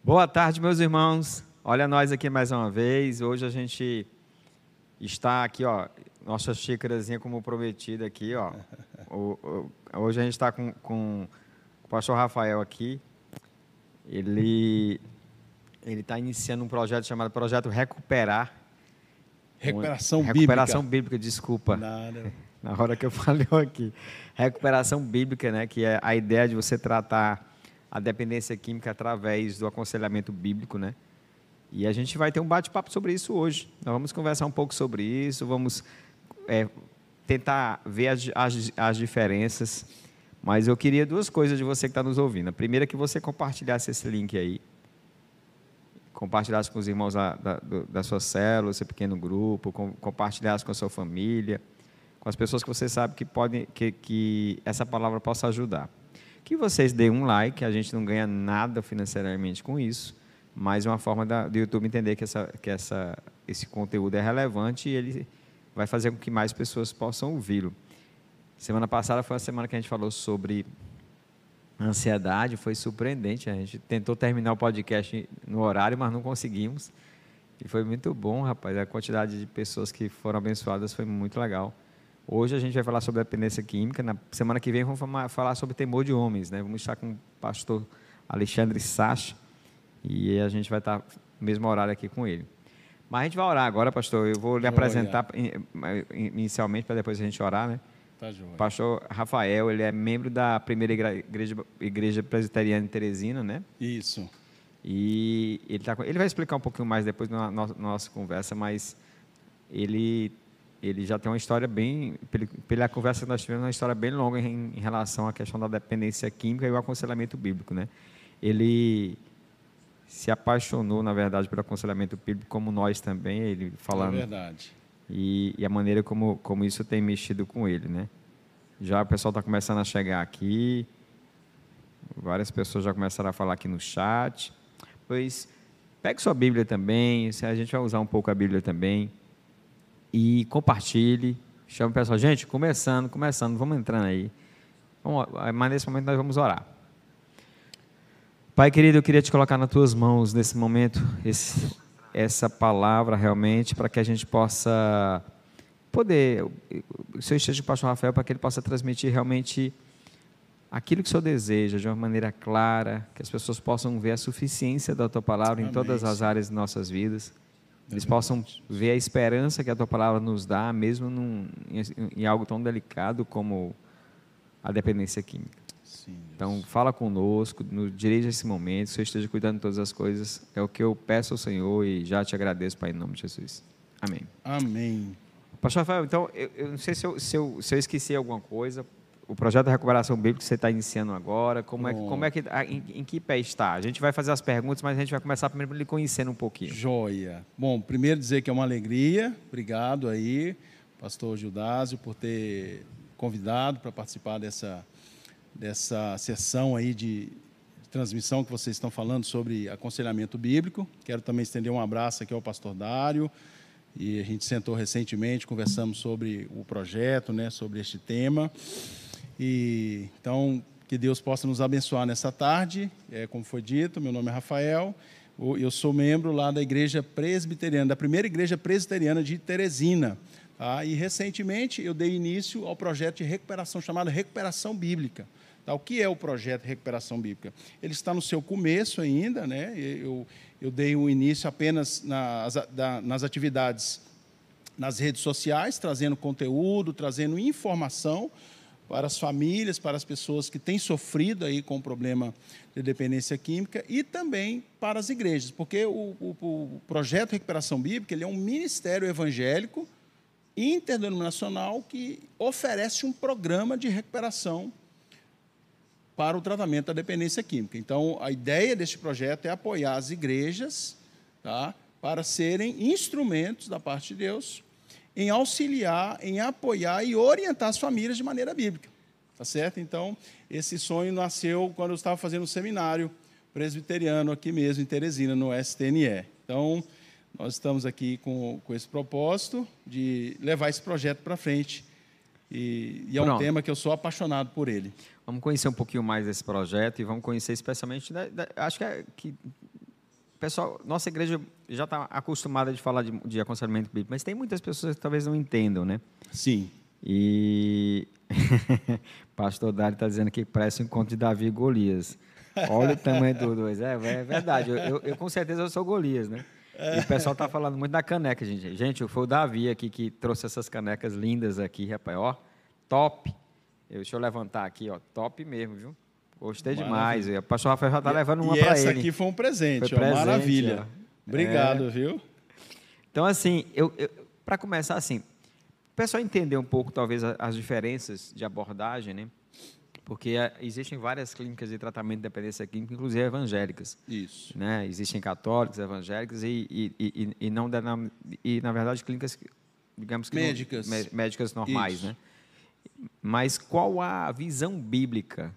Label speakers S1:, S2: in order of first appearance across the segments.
S1: Boa tarde, meus irmãos. Olha nós aqui mais uma vez. Hoje a gente está aqui, ó, nossa xícarazinha como prometida aqui, ó. Hoje a gente está com o pastor Rafael aqui. Ele está iniciando um projeto chamado Projeto Recuperar.
S2: Recuperação
S1: Bíblica, desculpa.
S2: Nada.
S1: Na hora que eu falei aqui. Recuperação bíblica, né? Que é a ideia de você tratar a dependência química através do aconselhamento bíblico, né? E a gente vai ter um bate-papo sobre isso hoje. Nós vamos conversar um pouco sobre isso, vamos tentar ver as diferenças. Mas eu queria duas coisas de você que está nos ouvindo. A primeira é que você compartilhasse esse link aí, compartilhasse com os irmãos da sua célula, seu pequeno grupo, compartilhasse com a sua família, com as pessoas que você sabe que essa palavra possa ajudar. Que vocês deem um like, a gente não ganha nada financeiramente com isso, mas é uma forma do YouTube entender que esse conteúdo é relevante e ele vai fazer com que mais pessoas possam ouvi-lo. Semana passada foi a semana que a gente falou sobre ansiedade, foi surpreendente. A gente tentou terminar o podcast no horário, mas não conseguimos. E foi muito bom, rapaz. A quantidade de pessoas que foram abençoadas foi muito legal. Hoje a gente vai falar sobre dependência química. Na semana que vem vamos falar sobre temor de homens, né? Vamos estar com o pastor Alexandre Sacha e a gente vai estar no mesmo horário aqui com ele. Mas a gente vai orar agora, pastor. Eu vou lhe apresentar inicialmente para depois a gente orar, né?
S2: Tá joia.
S1: Pastor Rafael, ele é membro da primeira igreja presbiteriana de Teresina, né?
S2: Isso.
S1: E ele vai explicar um pouquinho mais depois na nossa conversa, mas ele já tem uma história pela conversa que nós tivemos, uma história bem longa em relação à questão da dependência química e o aconselhamento bíblico, né? Ele se apaixonou, na verdade, pelo aconselhamento bíblico, como nós também, ele falando.
S2: É verdade.
S1: E a maneira como isso tem mexido com ele, né? Já o pessoal está começando a chegar aqui, várias pessoas já começaram a falar aqui no chat. Pois, pegue sua Bíblia também, a gente vai usar um pouco a Bíblia também, e compartilhe, chame o pessoal. Gente, começando, vamos entrando aí. Mas nesse momento nós vamos orar. Pai querido, eu queria te colocar nas tuas mãos nesse momento, essa palavra realmente, para que a gente possa poder, o Senhor esteja com o pastor Rafael, para que ele possa transmitir realmente aquilo que o Senhor deseja, de uma maneira clara, que as pessoas possam ver a suficiência da tua palavra em todas as áreas de nossas vidas. Eles possam ver a esperança que a tua palavra nos dá, mesmo em algo tão delicado como a dependência química.
S2: Sim,
S1: então, fala conosco, nos dirige esse momento, o Senhor esteja cuidando de todas as coisas. É o que eu peço ao Senhor e já te agradeço, Pai, em nome de Jesus. Amém.
S2: Amém.
S1: Pastor Rafael, então, eu não sei se eu esqueci alguma coisa. O projeto de recuperação bíblica que você está iniciando agora, em que pé está? A gente vai fazer as perguntas, mas a gente vai começar primeiro lhe conhecendo um pouquinho.
S2: Joia. Bom, primeiro dizer que é uma alegria, obrigado aí, pastor Gildásio, por ter convidado para participar dessa sessão aí de transmissão que vocês estão falando sobre aconselhamento bíblico. Quero também estender um abraço aqui ao pastor Dário, e a gente sentou recentemente, conversamos sobre o projeto, né, sobre este tema. E então, que Deus possa nos abençoar nessa tarde. Como foi dito, meu nome é Rafael, eu sou membro lá da igreja presbiteriana, da primeira igreja presbiteriana de Teresina. Tá? E recentemente eu dei início ao projeto de recuperação chamado Recuperação Bíblica. Tá? O que é o projeto de Recuperação Bíblica? Ele está no seu começo ainda, né? Eu dei um início apenas nas atividades nas redes sociais, trazendo conteúdo, trazendo informação para as famílias, para as pessoas que têm sofrido aí com o problema de dependência química e também para as igrejas, porque o projeto de Recuperação Bíblica ele é um ministério evangélico interdenominacional que oferece um programa de recuperação para o tratamento da dependência química. Então, a ideia deste projeto é apoiar as igrejas, tá, para serem instrumentos da parte de Deus em auxiliar, em apoiar e orientar as famílias de maneira bíblica. Tá certo? Então, esse sonho nasceu quando eu estava fazendo um seminário presbiteriano aqui mesmo, em Teresina, no STNE. Então, nós estamos aqui com esse propósito de levar esse projeto para frente. E é um tema que eu sou apaixonado por ele.
S1: Vamos conhecer um pouquinho mais desse projeto e vamos conhecer especialmente, acho que pessoal, nossa igreja já está acostumada de falar de aconselhamento bíblico, mas tem muitas pessoas que talvez não entendam, né?
S2: Sim.
S1: E pastor Dário está dizendo que parece um encontro de Davi e Golias. Olha o tamanho dos dois. É verdade, eu com certeza eu sou Golias, né? E o pessoal está falando muito da caneca, gente. Gente, foi o Davi aqui que trouxe essas canecas lindas aqui, rapaz. Ó, top. Deixa eu levantar aqui, ó. Top mesmo, viu? Gostei demais. O pastor Rafael já está levando uma para ele.
S2: E essa aqui foi um presente,
S1: foi presente,
S2: maravilha.
S1: Ó.
S2: Obrigado, viu?
S1: Então, assim, para começar assim, o pessoal entender um pouco, talvez, as diferenças de abordagem, né? Porque existem várias clínicas de tratamento de dependência química, inclusive evangélicas.
S2: Isso.
S1: Né? Existem católicas, evangélicas e não e na verdade clínicas, digamos que
S2: médicas,
S1: médicas normais, né? Mas qual a visão bíblica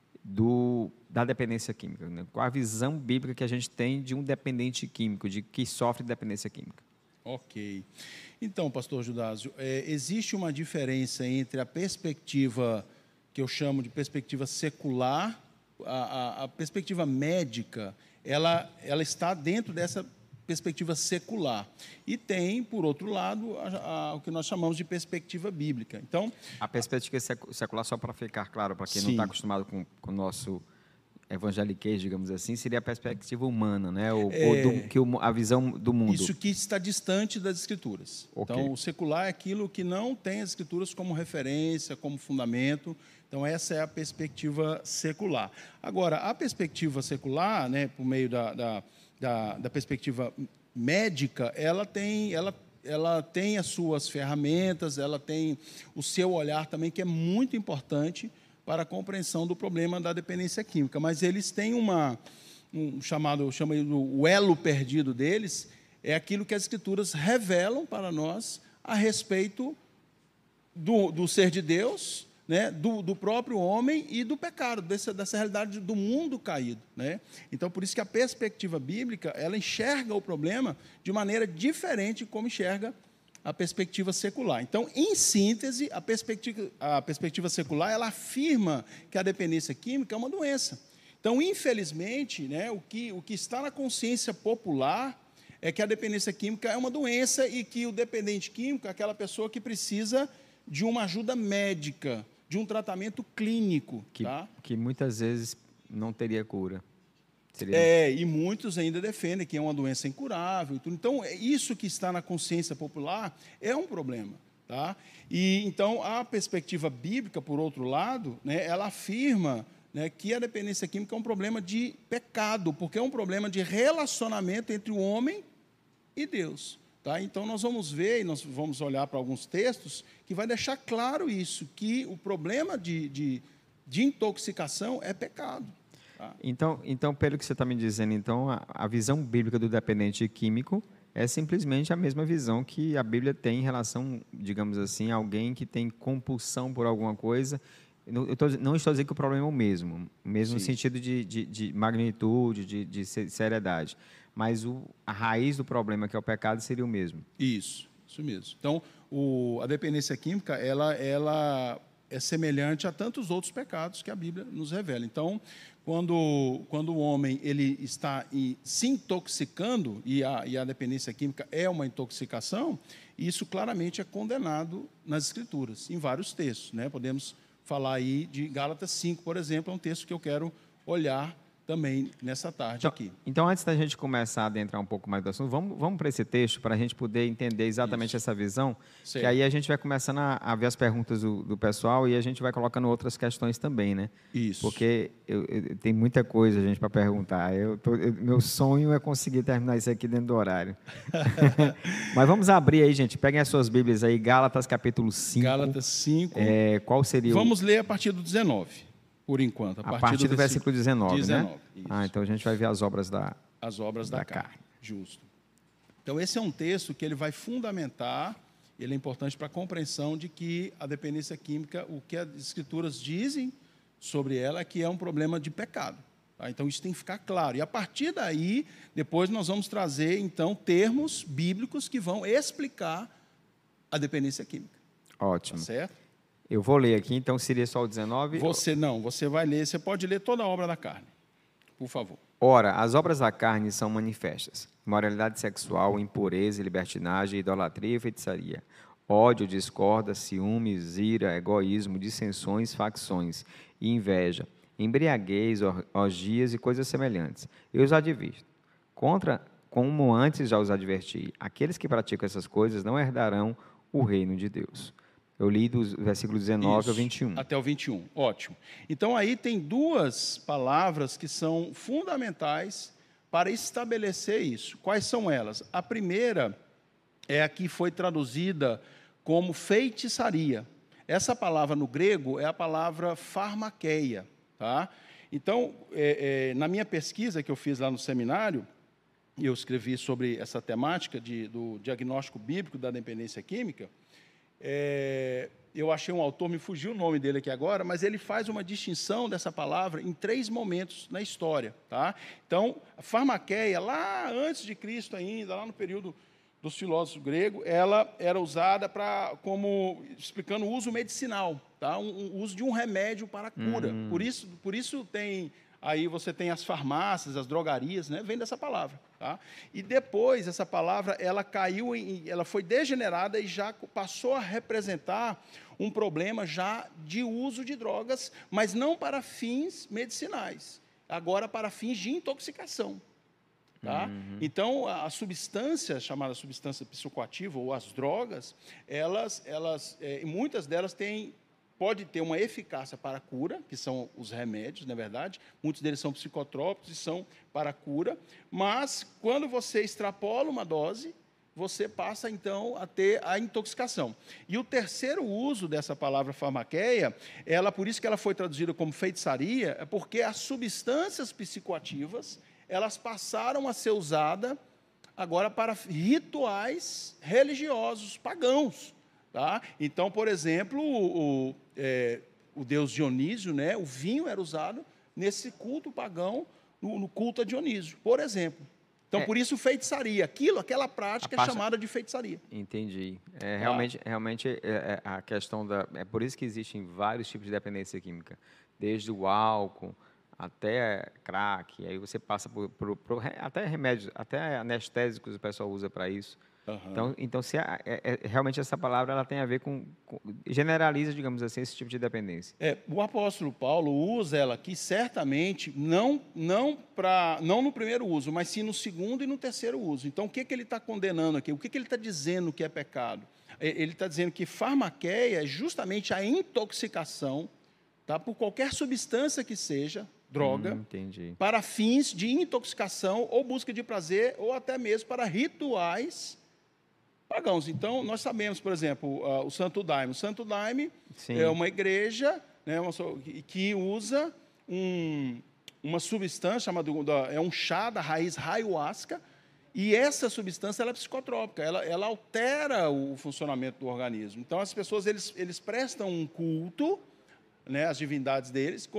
S1: da dependência química? Né? Qual a visão bíblica que a gente tem de um dependente químico, de que sofre de dependência química?
S2: Ok. Então, pastor Judásio, existe uma diferença entre a perspectiva que eu chamo de perspectiva secular, a perspectiva médica, ela está dentro dessa perspectiva secular. E tem, por outro lado, o que nós chamamos de perspectiva bíblica. Então,
S1: a perspectiva secular, só para ficar claro, para quem não está acostumado com o nosso evangeliquez, digamos assim, seria a perspectiva humana, né? A visão do mundo.
S2: Isso que está distante das Escrituras. Okay. Então, o secular é aquilo que não tem as Escrituras como referência, como fundamento. Então, essa é a perspectiva secular. Agora, a perspectiva secular, né, por meio da perspectiva médica, ela tem as suas ferramentas, ela tem o seu olhar também, que é muito importante para a compreensão do problema da dependência química. Mas eles têm eu chamo o elo perdido deles, é aquilo que as Escrituras revelam para nós a respeito do ser de Deus, né, do próprio homem e do pecado, dessa realidade do mundo caído, né? Então, por isso que a perspectiva bíblica, ela enxerga o problema de maneira diferente de como enxerga a perspectiva secular. Então, em síntese, a perspectiva secular, ela afirma que a dependência química é uma doença. Então, infelizmente, né, o que está na consciência popular é que a dependência química é uma doença e que o dependente químico é aquela pessoa que precisa de uma ajuda médica, de um tratamento clínico.
S1: Que muitas vezes não teria cura.
S2: E muitos ainda defendem que é uma doença incurável. E tudo. Então, isso que está na consciência popular é um problema. Tá? E, então, a perspectiva bíblica, por outro lado, né, ela afirma, né, que a dependência química é um problema de pecado, porque é um problema de relacionamento entre o homem e Deus. Tá? Então, nós vamos ver, e nós vamos olhar para alguns textos, que vai deixar claro isso, que o problema de intoxicação é pecado. Tá?
S1: Então, pelo que você está me dizendo, então, a visão bíblica do dependente químico é simplesmente a mesma visão que a Bíblia tem em relação, digamos assim, a alguém que tem compulsão por alguma coisa. Não estou dizendo que o problema é o mesmo no sentido de magnitude, de seriedade, mas a raiz do problema, que é o pecado, seria o mesmo.
S2: Isso mesmo. Então, a dependência química, ela é semelhante a tantos outros pecados que a Bíblia nos revela. Então, quando o homem ele está se intoxicando, e a dependência química é uma intoxicação, isso claramente é condenado nas Escrituras, em vários textos, né? Podemos falar aí de Gálatas 5, por exemplo, é um texto que eu quero olhar também nessa tarde aqui.
S1: Então, antes da gente começar a adentrar um pouco mais do assunto, vamos para esse texto para a gente poder entender exatamente essa visão, que aí a gente vai começando a ver as perguntas do pessoal e a gente vai colocando outras questões também, né?
S2: Isso.
S1: Porque tem muita coisa, gente, para perguntar. Meu sonho é conseguir terminar isso aqui dentro do horário. Mas vamos abrir aí, gente. Peguem as suas Bíblias aí, Gálatas capítulo 5.
S2: Gálatas 5.
S1: Qual seria
S2: Vamos ler a partir do 19. Por enquanto.
S1: A partir do versículo 19, né?
S2: Isso.
S1: Então a gente vai ver as obras da
S2: carne. Justo. Então, esse é um texto que ele vai fundamentar, ele é importante para a compreensão de que a dependência química, o que as Escrituras dizem sobre ela, é que é um problema de pecado. Tá? Então, isso tem que ficar claro. E, a partir daí, depois nós vamos trazer, então, termos bíblicos que vão explicar a dependência química.
S1: Ótimo.
S2: Tá certo?
S1: Eu vou ler aqui, então seria só o 19?
S2: Você vai ler, você pode ler toda a obra da carne. por favor.
S1: Ora, as obras da carne são manifestas: imoralidade sexual, impureza, libertinagem, idolatria e feitiçaria, ódio, discórdia, ciúmes, ira, egoísmo, dissensões, facções e inveja, embriaguez, orgias e coisas semelhantes. Eu os advirto. Como antes já os adverti, aqueles que praticam essas coisas não herdarão o reino de Deus. Eu li do versículo 19 ao 21.
S2: Até o 21, ótimo. Então, aí tem duas palavras que são fundamentais para estabelecer isso. Quais são elas? A primeira é a que foi traduzida como feitiçaria. Essa palavra no grego é a palavra farmaqueia. Tá? Então, na minha pesquisa que eu fiz lá no seminário, eu escrevi sobre essa temática do diagnóstico bíblico da dependência química. Eu achei um autor, me fugiu o nome dele aqui agora, mas ele faz uma distinção dessa palavra em 3 momentos na história. Tá? Então, a farmaqueia, lá antes de Cristo ainda, lá no período dos filósofos gregos, ela era usada como explicando o uso medicinal, tá? O uso de um remédio para a cura. Por isso tem... Aí você tem as farmácias, as drogarias, né? Vem dessa palavra. Tá? E depois, essa palavra, ela ela foi degenerada e já passou a representar um problema já de uso de drogas, mas não para fins medicinais, agora para fins de intoxicação. Tá? Então, a substância, chamada substância psicoativa, ou as drogas, muitas delas pode ter uma eficácia para a cura, que são os remédios, na verdade. Muitos deles são psicotrópicos e são para a cura. Mas, quando você extrapola uma dose, você passa, então, a ter a intoxicação. E o terceiro uso dessa palavra farmaqueia, por isso que ela foi traduzida como feitiçaria, é porque as substâncias psicoativas, elas passaram a ser usadas agora para rituais religiosos pagãos. Tá? Então, por exemplo, o deus Dionísio, né, o vinho era usado nesse culto pagão, no culto a Dionísio, por exemplo. Então, por isso, feitiçaria. Aquela prática é chamada de feitiçaria.
S1: Entendi. Realmente a questão É por isso que existem vários tipos de dependência química, desde o álcool até crack, aí você passa até remédios, até anestésicos o pessoal usa para isso. Então realmente essa palavra ela tem a ver generaliza, digamos assim, esse tipo de dependência.
S2: O apóstolo Paulo usa ela aqui certamente não no primeiro uso, mas sim no segundo e no terceiro uso. Então, o que ele está condenando aqui? O que ele está dizendo que é pecado? Ele está dizendo que farmaqueia é justamente a intoxicação, tá, por qualquer substância que seja, droga, para fins de intoxicação ou busca de prazer, ou até mesmo para rituais pagãos. Então, nós sabemos, por exemplo, o Santo Daime. O Santo Daime é uma igreja, né, que usa uma substância chamada... É um chá da raiz ayahuasca, e essa substância ela é psicotrópica, ela altera o funcionamento do organismo. Então, as pessoas eles prestam um culto, né, às divindades deles,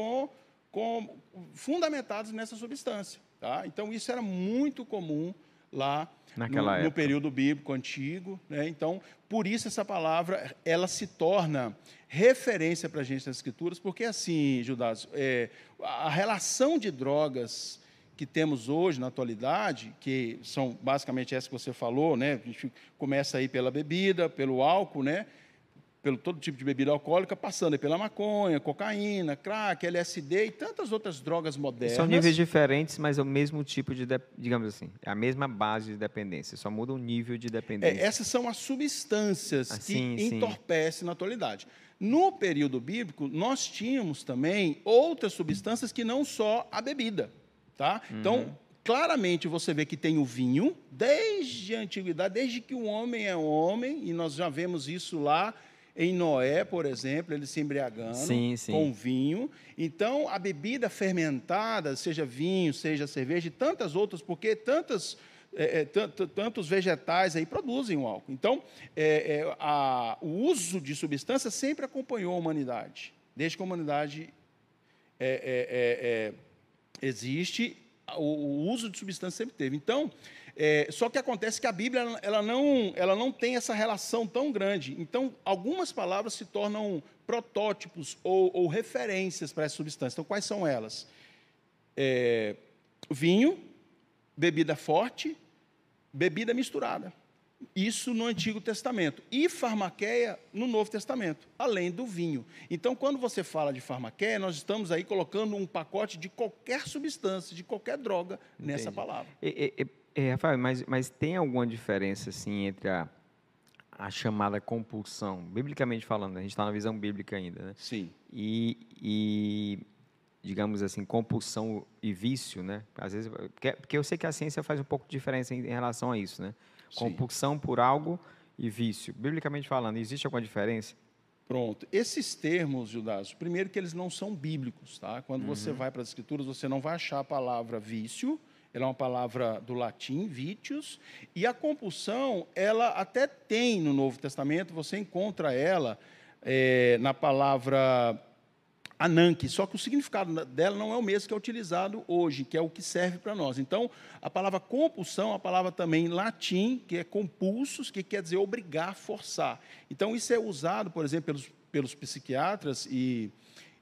S2: fundamentados nessa substância. Tá? Então, isso era muito comum lá no período bíblico antigo. Né? Então, por isso essa palavra ela se torna referência para a gente nas Escrituras, porque assim, Judas, a relação de drogas que temos hoje na atualidade, que são basicamente essa que você falou, né? A gente começa aí pela bebida, pelo álcool, né? Pelo todo tipo de bebida alcoólica, passando pela maconha, cocaína, crack, LSD e tantas outras drogas modernas.
S1: São níveis diferentes, mas é o mesmo tipo digamos assim, é a mesma base de dependência, só muda o nível de dependência.
S2: Essas são as substâncias que entorpecem na atualidade. No período bíblico, nós tínhamos também outras substâncias que não só a bebida. Tá? Então, claramente você vê que tem o vinho, desde a antiguidade, desde que o homem é homem, e nós já vemos isso lá em Noé, por exemplo, ele se embriagando com vinho. Então, a bebida fermentada, seja vinho, seja cerveja, e tantas outras, porque tantos vegetais aí produzem o álcool. Então, o uso de substâncias sempre acompanhou a humanidade. Desde que a humanidade existe, o uso de substâncias sempre teve. Então, só que acontece que a Bíblia ela não tem essa relação tão grande. Então, algumas palavras se tornam protótipos ou referências para essa substância. Então, quais são elas? vinho, bebida forte, bebida misturada. Isso no Antigo Testamento. E farmaqueia no Novo Testamento, além do vinho. Então, quando você fala de farmaqueia, nós estamos aí colocando um pacote de qualquer substância, de qualquer droga nessa palavra.
S1: Rafael, mas tem alguma diferença assim, entre a chamada compulsão, biblicamente falando, a gente está na visão bíblica ainda, né?
S2: Sim.
S1: E, digamos assim, compulsão e vício, né? Às vezes, porque eu sei que a ciência faz um pouco de diferença em relação a isso, né? Compulsão por algo e vício. Biblicamente falando, existe alguma diferença?
S2: Pronto. Esses termos, Judas, primeiro que eles não são bíblicos, tá? Quando você vai para as Escrituras, você não vai achar a palavra vício, ela é uma palavra do latim, vitius, e a compulsão, ela até tem no Novo Testamento, você encontra ela na palavra ananque, só que o significado dela não é o mesmo que é utilizado hoje, que é o que serve para nós. Então, a palavra compulsão é uma palavra também em latim, que é compulsus, que quer dizer obrigar, forçar. Então, isso é usado, por exemplo, pelos psiquiatras e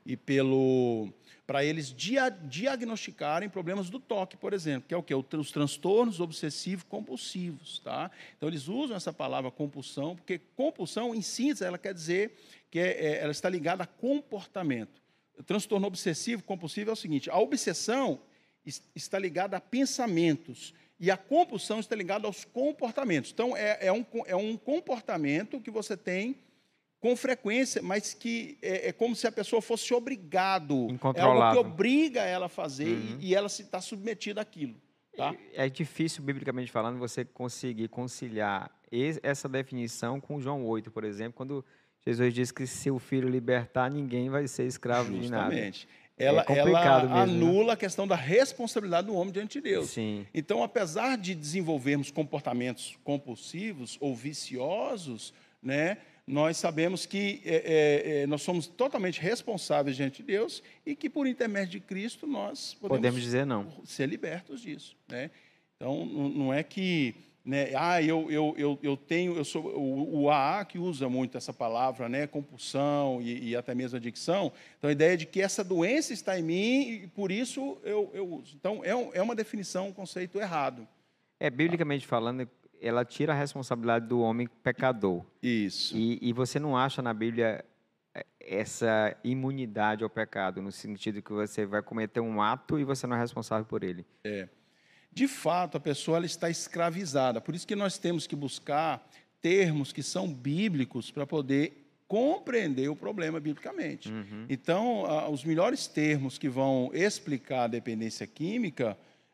S2: para eles diagnosticarem problemas do toque, por exemplo, que é o quê? Os transtornos obsessivo-compulsivos. Tá? Então, eles usam essa palavra compulsão, porque compulsão, em síntese, ela quer dizer que ela está ligada a comportamento. O transtorno obsessivo-compulsivo é o seguinte, a obsessão está ligada a pensamentos e a compulsão está ligada aos comportamentos. Então, é um comportamento que você tem com frequência, mas que é como se a pessoa fosse obrigado. É algo que obriga ela a fazer e ela está submetida àquilo. Tá?
S1: É difícil, biblicamente falando, você conseguir conciliar essa definição com João 8, por exemplo, quando Jesus diz que se o Filho libertar, ninguém vai ser escravo de nada.
S2: Justamente. Ela anula a questão da responsabilidade do homem diante de Deus.
S1: Sim.
S2: Então, apesar de desenvolvermos comportamentos compulsivos ou viciosos, né, nós sabemos que nós somos totalmente responsáveis diante de Deus e que, por intermédio de Cristo, nós
S1: podemos dizer não.
S2: Ser libertos disso. Né? Então, não é que... Né, eu sou o AA que usa muito essa palavra, né, compulsão e até mesmo adicção. Então, a ideia de que essa doença está em mim e por isso eu uso. Então, é uma definição, um conceito errado.
S1: Biblicamente falando, ela tira a responsabilidade do homem pecador.
S2: Isso.
S1: E você não acha na Bíblia essa imunidade ao pecado, no sentido que você vai cometer um ato e você não é responsável por ele.
S2: De fato, a pessoa ela está escravizada. Por isso que nós temos que buscar termos que são bíblicos para poder compreender o problema biblicamente. Então, os melhores termos que vão explicar a dependência química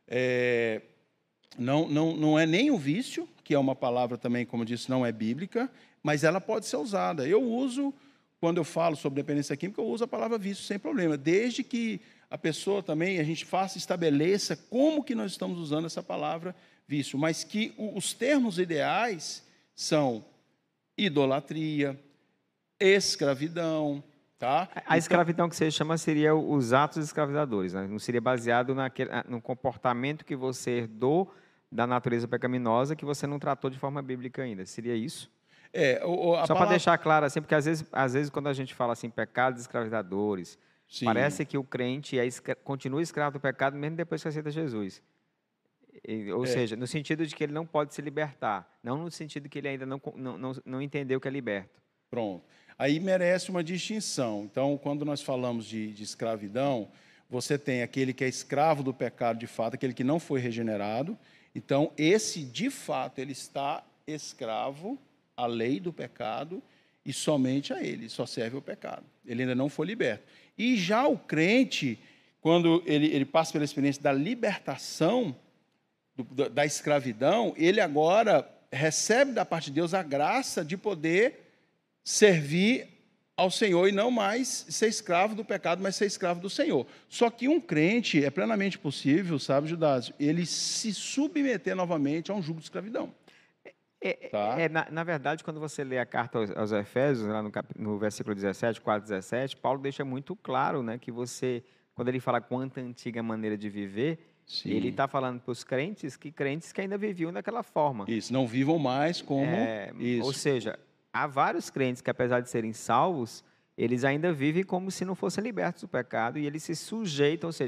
S2: não é nem o vício, que é uma palavra também, como eu disse, não é bíblica, mas ela pode ser usada. Eu uso, quando eu falo sobre dependência química, eu uso a palavra vício sem problema, desde que a pessoa também, a gente estabeleça como que nós estamos usando essa palavra vício, mas que os termos ideais são idolatria, escravidão. Tá?
S1: A escravidão que você chama seria os atos escravizadores, né? Não seria baseado no comportamento que você herdou da natureza pecaminosa que você não tratou de forma bíblica ainda. Seria isso? Só para deixar claro, assim, porque às vezes quando a gente fala assim, pecados escravizadores, sim, parece que o crente continua escravo do pecado mesmo depois que aceita Jesus. Ou seja, no sentido de que ele não pode se libertar, não no sentido que ele ainda não entendeu que é liberto.
S2: Pronto. Aí merece uma distinção. Então, quando nós falamos de escravidão, você tem aquele que é escravo do pecado de fato, aquele que não foi regenerado. Então, esse, de fato, ele está escravo à lei do pecado e somente a ele, só serve o pecado. Ele ainda não foi liberto. E já o crente, quando ele passa pela experiência da libertação da escravidão, ele agora recebe da parte de Deus a graça de poder servir ao Senhor e não mais ser escravo do pecado, mas ser escravo do Senhor. Só que um crente é plenamente possível, sabe, Judásio, ele se submeter novamente a um jugo de escravidão. Tá?
S1: Na verdade, quando você lê a carta aos Efésios, lá no versículo 17, 4, 17, Paulo deixa muito claro, né, que você, quando ele fala quanta antiga maneira de viver, sim, ele está falando para os crentes que ainda viviam daquela forma.
S2: Isso, não vivam mais como... isso.
S1: Ou seja, há vários crentes que, apesar de serem salvos, eles ainda vivem como se não fossem libertos do pecado e eles se sujeitam, ou seja,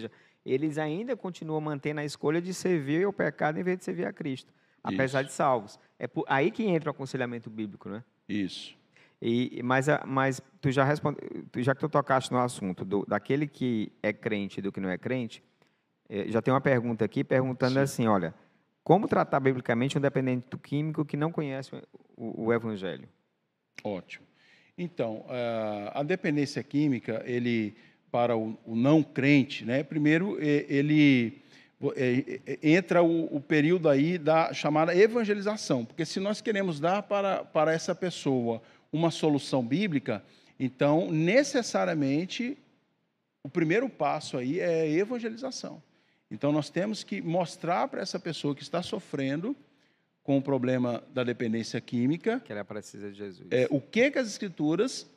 S1: eles ainda continuam mantendo a escolha de servir ao pecado em vez de servir a Cristo, apesar de salvos. É aí que entra o aconselhamento bíblico, né?
S2: Isso.
S1: Mas tu já já que tu tocaste no assunto daquele que é crente e do que não é crente, já tem uma pergunta aqui perguntando assim, olha, como tratar biblicamente um dependente químico que não conhece o Evangelho?
S2: Ótimo. Então, a dependência química, para o não crente, né, primeiro ele entra o período aí da chamada evangelização, porque se nós queremos dar para essa pessoa uma solução bíblica, então, necessariamente, o primeiro passo aí é a evangelização. Então, nós temos que mostrar para essa pessoa que está sofrendo com o problema da dependência química,
S1: que ela precisa de Jesus.
S2: O que as Escrituras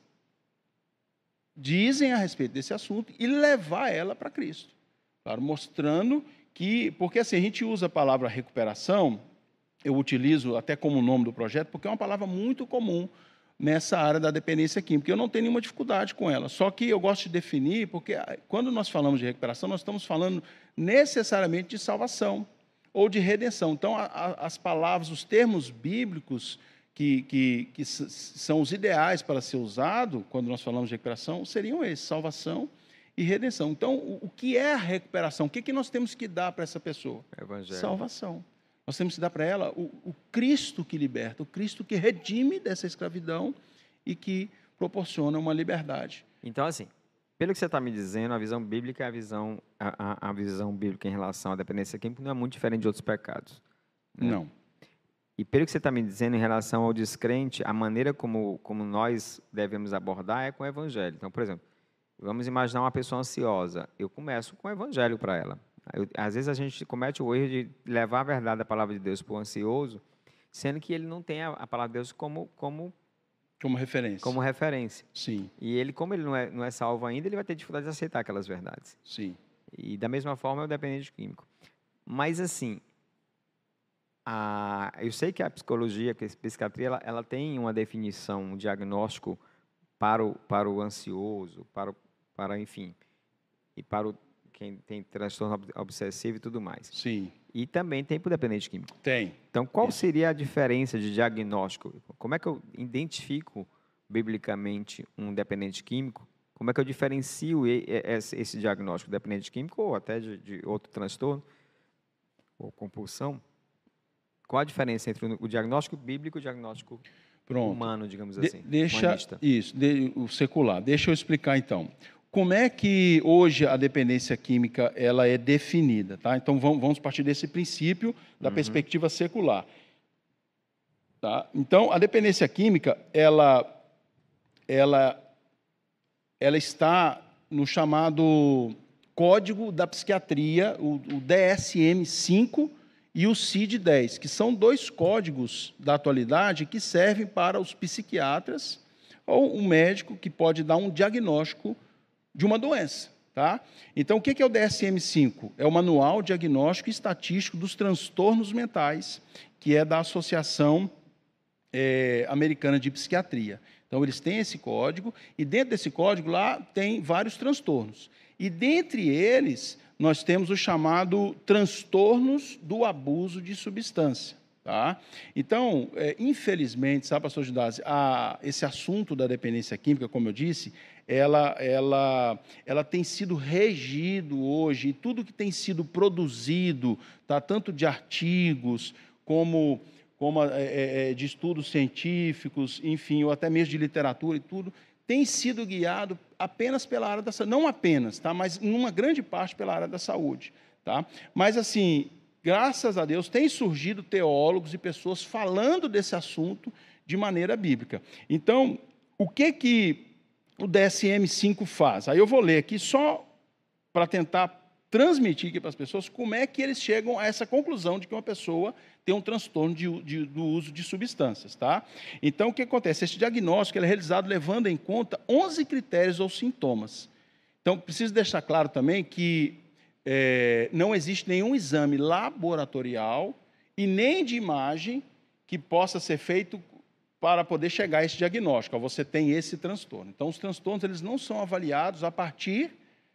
S2: dizem a respeito desse assunto e levar ela para Cristo. Claro, mostrando que... Porque assim, a gente usa a palavra recuperação, eu utilizo até como nome do projeto, porque é uma palavra muito comum nessa área da dependência química. Eu não tenho nenhuma dificuldade com ela. Só que eu gosto de definir, porque quando nós falamos de recuperação, nós estamos falando necessariamente de salvação ou de redenção. Então, as palavras, os termos bíblicos que são os ideais para ser usado quando nós falamos de recuperação seriam esses: salvação e redenção. Então, o que é a recuperação? O que nós temos que dar para essa pessoa?
S1: Evangelho.
S2: Salvação. Nós temos que dar para ela o Cristo que liberta, o Cristo que redime dessa escravidão e que proporciona uma liberdade.
S1: Então, assim, pelo que você está me dizendo, a visão bíblica é a visão bíblica em relação à dependência química não é muito diferente de outros pecados. Né?
S2: Não.
S1: E pelo que você está me dizendo em relação ao descrente, a maneira como nós devemos abordar é com o evangelho. Então, por exemplo, vamos imaginar uma pessoa ansiosa. Eu começo com o evangelho para ela. Às vezes a gente comete o erro de levar a verdade da palavra de Deus para o ansioso, sendo que ele não tem a palavra de Deus como
S2: referência.
S1: Como referência.
S2: Sim.
S1: E ele, como ele não é salvo ainda, ele vai ter dificuldade de aceitar aquelas verdades.
S2: Sim.
S1: E da mesma forma é o dependente químico. Mas assim, eu sei que a psicologia, que a psiquiatria, ela tem uma definição, um diagnóstico para o ansioso, enfim, e para quem tem transtorno obsessivo e tudo mais.
S2: Sim.
S1: E também tem para o dependente químico.
S2: Tem.
S1: Então, qual seria a diferença de diagnóstico? Como é que eu identifico biblicamente um dependente químico? Como é que eu diferencio esse diagnóstico dependente químico ou até de outro transtorno ou compulsão? Qual a diferença entre o diagnóstico bíblico e o diagnóstico humano, digamos assim?
S2: O secular. Deixa eu explicar, então. Como é que hoje a dependência química ela é definida? Tá? Então, vamos partir desse princípio da perspectiva secular. Tá? Então, a dependência química, ela está no chamado Código da Psiquiatria, o DSM-5 e o CID-10, que são dois códigos da atualidade que servem para os psiquiatras ou um médico que pode dar um diagnóstico de uma doença. Tá? Então, o que é o DSM-5? É o Manual Diagnóstico e Estatístico dos Transtornos Mentais, que é da Associação Americana de Psiquiatria. Então, eles têm esse código, e dentro desse código lá tem vários transtornos. E dentre eles, nós temos o chamado transtornos do abuso de substância. Tá? Então, infelizmente, sabe, pastor Judas, esse assunto da dependência química, como eu disse, ela tem sido regido hoje, e tudo que tem sido produzido, tá, tanto de artigos como de estudos científicos, enfim, ou até mesmo de literatura e tudo, tem sido guiado apenas pela área da saúde, não apenas, tá, mas em uma grande parte pela área da saúde. Tá? Mas, assim, graças a Deus, tem surgido teólogos e pessoas falando desse assunto de maneira bíblica. Então, o que o DSM-5 faz? Aí eu vou ler aqui só para tentar transmitir aqui para as pessoas como é que eles chegam a essa conclusão de que uma pessoa tem um transtorno do uso de substâncias. Tá? Então, o que acontece? Esse diagnóstico ele é realizado levando em conta 11 critérios ou sintomas. Então, preciso deixar claro também que não existe nenhum exame laboratorial e nem de imagem que possa ser feito para poder chegar a esse diagnóstico. Você tem esse transtorno. Então, os transtornos eles não são avaliados a partir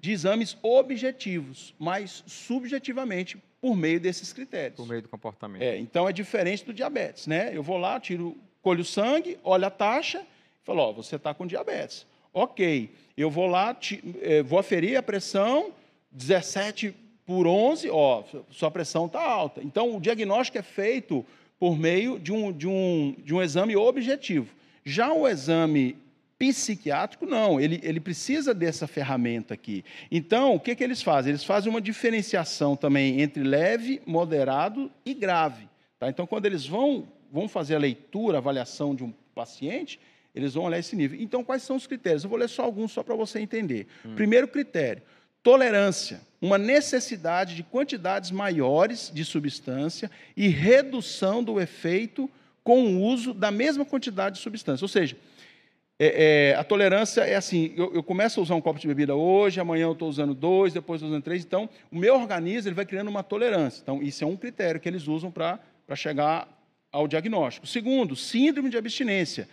S2: de exames objetivos, mas subjetivamente por meio desses critérios.
S1: Por meio do comportamento.
S2: Então é diferente do diabetes, né? Eu vou lá, colho o sangue, olho a taxa, e falo, ó, você está com diabetes. Ok, eu vou lá, vou aferir a pressão, 17/11, ó, sua pressão está alta. Então, o diagnóstico é feito por meio de um exame objetivo. Já o exame psiquiátrico, não, ele precisa dessa ferramenta aqui. Então, o que eles fazem? Eles fazem uma diferenciação também entre leve, moderado e grave. Tá? Então, quando eles vão fazer a leitura, a avaliação de um paciente, eles vão olhar esse nível. Então, quais são os critérios? Eu vou ler só alguns só para você entender. Primeiro critério, tolerância, uma necessidade de quantidades maiores de substância e redução do efeito com o uso da mesma quantidade de substância. Ou seja, a tolerância é assim, eu começo a usar um copo de bebida hoje, amanhã eu estou usando 2, depois estou usando 3, então o meu organismo ele vai criando uma tolerância. Então, isso é um critério que eles usam para chegar ao diagnóstico. Segundo, síndrome de abstinência.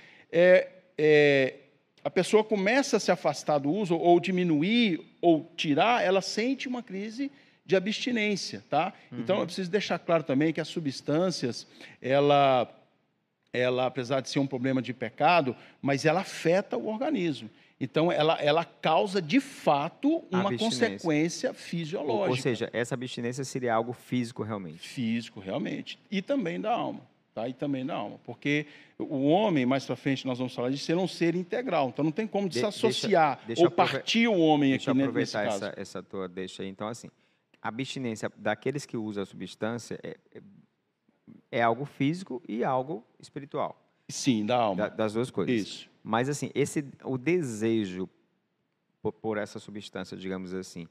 S2: A pessoa começa a se afastar do uso, ou diminuir, ou tirar, ela sente uma crise de abstinência. Tá? Então, eu preciso deixar claro também que as substâncias, ela, apesar de ser um problema de pecado, mas ela afeta o organismo. Então, ela causa, de fato, uma consequência fisiológica.
S1: Ou seja, essa abstinência seria algo físico realmente.
S2: Físico, realmente. E também da alma. Tá? E também da alma. Porque o homem, mais para frente nós vamos falar disso, ele é um ser integral. Então, não tem como desassociar ou partir o homem aqui nesse caso.
S1: Deixa eu aproveitar essa tua deixa aí. Então, assim, a abstinência daqueles que usam a substância é algo físico e algo espiritual.
S2: Sim, da alma.
S1: Das duas coisas.
S2: Isso.
S1: Mas, assim, o desejo por essa substância, digamos assim,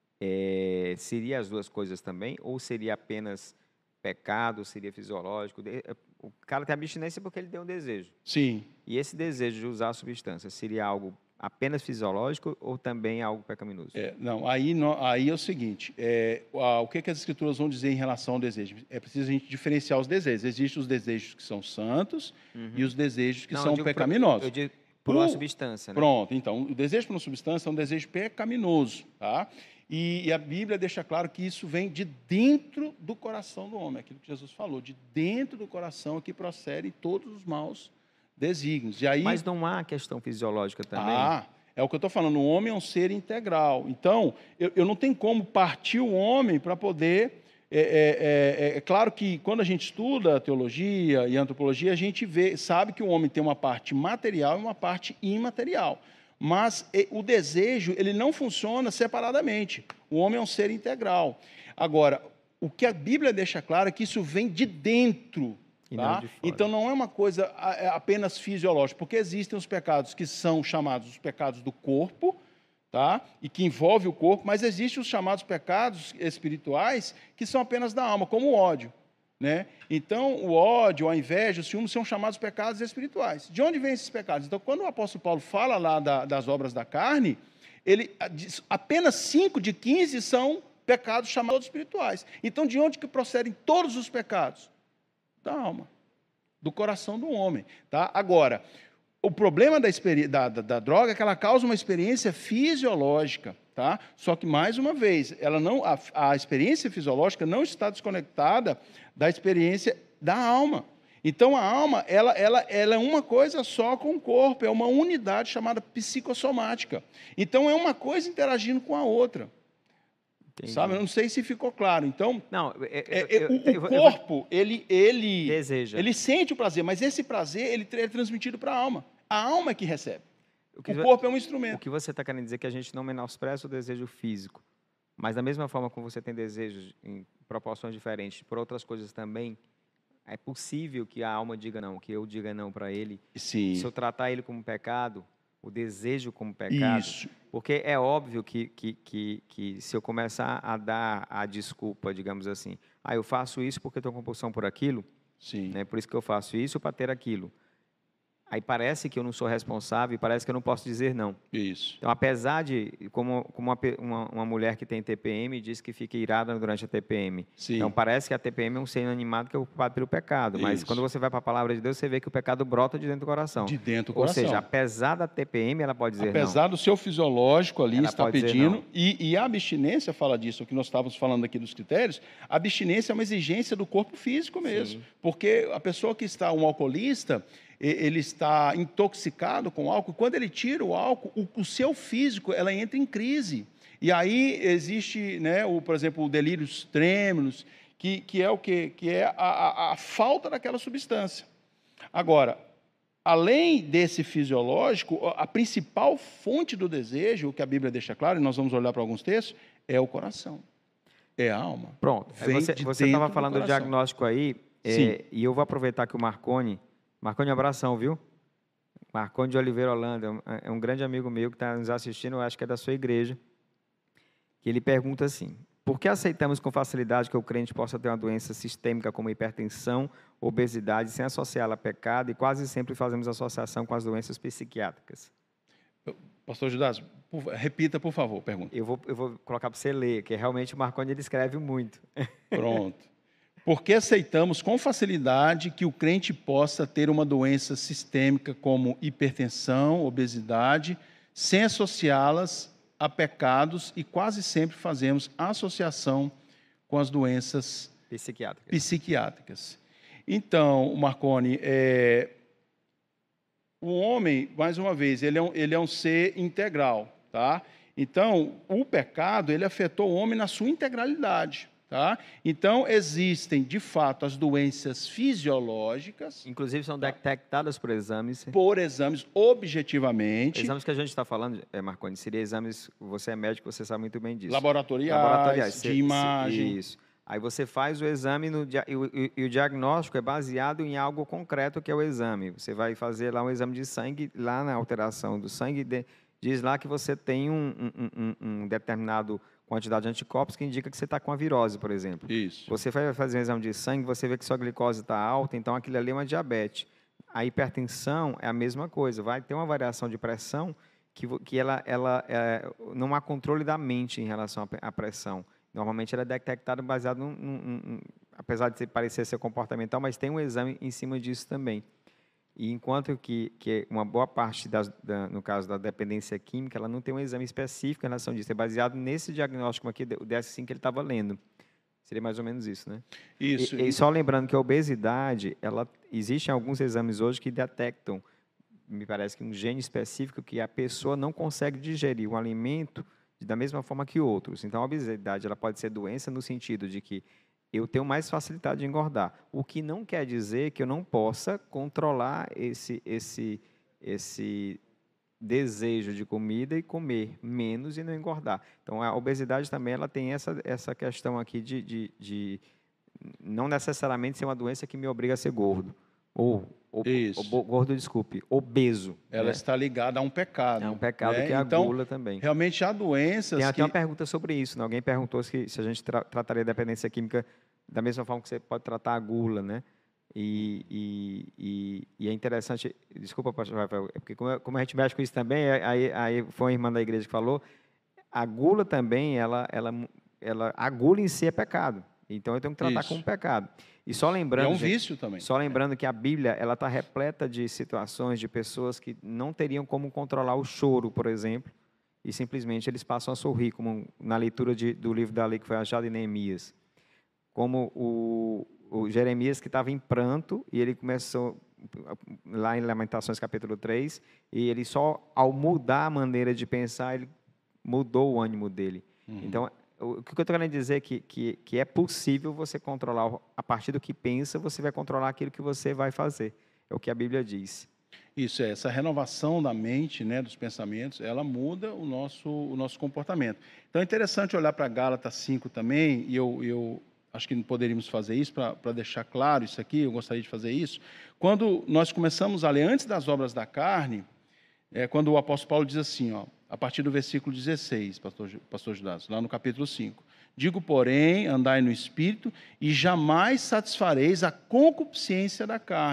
S1: seria as duas coisas também? Ou seria apenas pecado, seria fisiológico? O cara tem abstinência porque ele tem um desejo.
S2: Sim.
S1: E esse desejo de usar a substância seria algo apenas fisiológico ou também algo pecaminoso?
S2: Não, aí é o seguinte, o que as Escrituras vão dizer em relação ao desejo? É preciso a gente diferenciar os desejos. Existem os desejos que são santos e os desejos que são pecaminosos.
S1: Eu digo por uma substância. Né?
S2: Pronto, então, o desejo por uma substância é um desejo pecaminoso. Tá? E a Bíblia deixa claro que isso vem de dentro do coração do homem, aquilo que Jesus falou, de dentro do coração é que procedem todos os maus desígnios. E aí,
S1: mas não há questão fisiológica também?
S2: É o que eu estou falando, o homem é um ser integral. Então, eu não tenho como partir o homem para poder... É claro que quando a gente estuda teologia e antropologia, a gente sabe que o homem tem uma parte material e uma parte imaterial. Mas o desejo, ele não funciona separadamente. O homem é um ser integral. Agora, o que a Bíblia deixa claro é que isso vem de dentro. Tá? Então, não é uma coisa apenas fisiológica, porque existem os pecados que são chamados os pecados do corpo, tá? E que envolvem o corpo, mas existem os chamados pecados espirituais que são apenas da alma, como o ódio. Né? Então, o ódio, a inveja, o ciúme são chamados pecados espirituais. De onde vêm esses pecados? Então, quando o apóstolo Paulo fala lá das obras da carne, ele diz, apenas 5 de 15 são pecados chamados espirituais. Então, de onde que procedem todos os pecados? Da alma, do coração do homem. Tá? Agora, o problema da droga é que ela causa uma experiência fisiológica. Tá? Só que, mais uma vez, a experiência fisiológica não está desconectada da experiência da alma. Então, a alma ela é uma coisa só com o corpo, é uma unidade chamada psicossomática. Então, é uma coisa interagindo com a outra. Entendi. Sabe? Eu não sei se ficou claro. Então, o corpo, ele
S1: deseja.
S2: Ele sente o prazer, mas esse prazer ele é transmitido para a alma. A alma é que recebe. O corpo é um instrumento.
S1: O que você está querendo dizer é que a gente não menospreza o desejo físico, mas da mesma forma como você tem desejos em proporções diferentes por outras coisas também, é possível que a alma diga não, que eu diga não para ele.
S2: Sim.
S1: Se eu tratar ele como pecado, o desejo como pecado. Isso. Porque é óbvio que se eu começar a dar a desculpa, digamos assim, eu faço isso porque estou com compulsão por aquilo,
S2: sim.
S1: Né, por isso que eu faço isso para ter aquilo. aí parece que eu não sou responsável e parece que eu não posso dizer não.
S2: Isso.
S1: Então, apesar de, como uma mulher que tem TPM diz que fica irada durante a TPM.
S2: Sim.
S1: Então, parece que a TPM é um ser inanimado que é ocupado pelo pecado. Mas
S2: Isso.
S1: quando você vai para a palavra de Deus, você vê que o pecado brota de dentro do coração.
S2: De dentro do
S1: Ou
S2: coração.
S1: seja, apesar da TPM, ela pode dizer não.
S2: Apesar do seu fisiológico ali
S1: Ela
S2: estar
S1: pode dizer
S2: pedindo,
S1: não.
S2: e a abstinência fala disso, o que nós estávamos falando aqui dos critérios, a abstinência é uma exigência do corpo físico mesmo.
S1: Sim.
S2: Porque a pessoa que está, um alcoolista, ele está intoxicado com álcool, quando ele tira o álcool, o seu físico, ela entra em crise. E aí existe, né, por exemplo, o delírios trêmulos, que é o quê? Que é a falta daquela substância. Agora, além desse fisiológico, a principal fonte do desejo, o que a Bíblia deixa claro, e nós vamos olhar para alguns textos, é o coração, é a alma.
S1: Pronto.
S2: Vem
S1: Você
S2: de
S1: estava
S2: dentro
S1: falando do
S2: coração.
S1: diagnóstico aí,
S2: Sim.
S1: e eu vou aproveitar que o Marconi, um abração, viu? Marconi de Oliveira Holanda, é um grande amigo meu que está nos assistindo, eu acho que é da sua igreja, que ele pergunta assim: por que aceitamos com facilidade que o crente possa ter uma doença sistêmica como hipertensão, obesidade, sem associá-la a pecado, e quase sempre fazemos associação com as doenças psiquiátricas?
S2: Pastor Judas, repita, por favor, pergunta.
S1: Eu vou colocar para você ler, que realmente o Marconi ele escreve muito.
S2: Pronto. Por que aceitamos com facilidade que o crente possa ter uma doença sistêmica como hipertensão, obesidade, sem associá-las a pecados, e quase sempre fazemos associação com as doenças psiquiátricas? Então, Marconi, o homem, mais uma vez, ele é um ser integral, tá? Então, o pecado, ele afetou o homem na sua integralidade. Tá? Então, existem, de fato, as doenças fisiológicas.
S1: Inclusive, são detectadas por exames.
S2: Por exames, objetivamente.
S1: Exames que a gente está falando, Marconi, seria exames, você é médico, você sabe muito bem disso.
S2: Laboratoriais. De imagem.
S1: Isso. Aí você faz o exame e o diagnóstico é baseado em algo concreto que é o exame. Você vai fazer lá um exame de sangue, lá na alteração do sangue, diz lá que você tem um determinado quantidade de anticorpos que indica que você está com a virose, por exemplo.
S2: Isso.
S1: Você vai fazer um exame de sangue, você vê que sua glicose está alta, então aquilo ali é uma diabetes. A hipertensão é a mesma coisa, vai ter uma variação de pressão que ela não há controle da mente em relação à pressão. Normalmente ela é detectada baseado apesar de parecer ser comportamental, mas tem um exame em cima disso também. E enquanto que uma boa parte, no caso da dependência química, ela não tem um exame específico em relação disso. É baseado nesse diagnóstico aqui, o DSM que ele estava lendo. Seria mais ou menos isso, né?
S2: Isso.
S1: E só lembrando que a obesidade, existem alguns exames hoje que detectam, me parece que um gene específico que a pessoa não consegue digerir um alimento da mesma forma que outros. Então, a obesidade ela pode ser doença no sentido de que eu tenho mais facilidade de engordar. O que não quer dizer que eu não possa controlar esse desejo de comida e comer menos e não engordar. Então, a obesidade também ela tem essa questão aqui de não necessariamente ser uma doença que me obriga a ser gordo. Obeso.
S2: Ela está ligada a um pecado.
S1: É um pecado,
S2: né?
S1: que é a
S2: então,
S1: gula também.
S2: Realmente há doenças
S1: Tem até uma pergunta sobre isso, né? Alguém perguntou se a gente trataria a dependência química da mesma forma que você pode tratar a gula, né? E é interessante, desculpa, pastor Rafael, porque como a gente mexe com isso também, aí foi uma irmã da igreja que falou, a gula também, a gula em si é pecado. Então, eu tenho que tratar como pecado. E só lembrando,
S2: é um vício também.
S1: Só lembrando que a Bíblia ela está repleta de situações de pessoas que não teriam como controlar o choro, por exemplo, e simplesmente eles passam a sorrir, como na leitura do livro da lei que foi achado em Neemias. Como o Jeremias, que estava em pranto, e ele começou, lá em Lamentações capítulo 3, e ele só, ao mudar a maneira de pensar, ele mudou o ânimo dele. Então, o que eu estou querendo dizer é que é possível você controlar, a partir do que pensa, você vai controlar aquilo que você vai fazer. É o que a Bíblia diz.
S2: Isso, essa renovação da mente, né, dos pensamentos, ela muda o nosso comportamento. Então, é interessante olhar para Gálatas 5 também, e eu acho que poderíamos fazer isso, para deixar claro isso aqui, eu gostaria de fazer isso. Quando nós começamos a ler antes das obras da carne, quando o apóstolo Paulo diz assim, a partir do versículo 16, pastor Judas, lá no capítulo 5. Digo, porém, andai no Espírito, e jamais satisfareis a concupiscência da carne,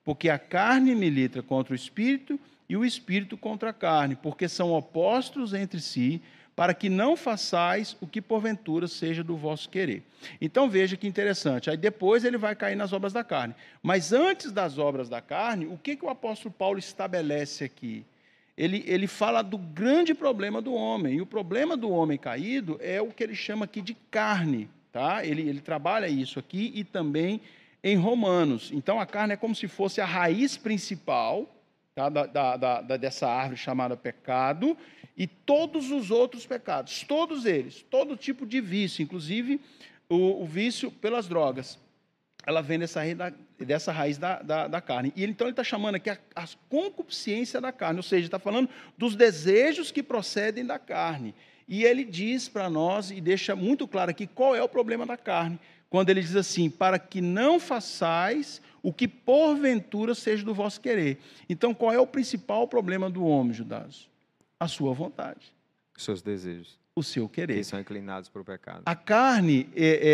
S2: porque a carne milita contra o espírito e o espírito contra a carne, porque são opostos entre si, para que não façais o que porventura seja do vosso querer. Então veja que interessante, aí depois ele vai cair nas obras da carne. Mas antes das obras da carne, o que o apóstolo Paulo estabelece aqui? Ele fala do grande problema do homem, e o problema do homem caído é o que ele chama aqui de carne. Tá? Ele trabalha isso aqui e também em Romanos. Então a carne é como se fosse a raiz principal, tá? Dessa árvore chamada pecado, e todos os outros pecados, todos eles, todo tipo de vício, inclusive o vício pelas drogas, ela vem dessa raiz da carne. E então ele está chamando aqui a concupiscência da carne, ou seja, está falando dos desejos que procedem da carne. E ele diz para nós, e deixa muito claro aqui, qual é o problema da carne, quando ele diz assim, para que não façais o que porventura seja do vosso querer. Então, qual é o principal problema do homem, Judas? A sua vontade.
S1: Os seus desejos.
S2: O seu querer.
S1: Que são inclinados para o pecado.
S2: A carne,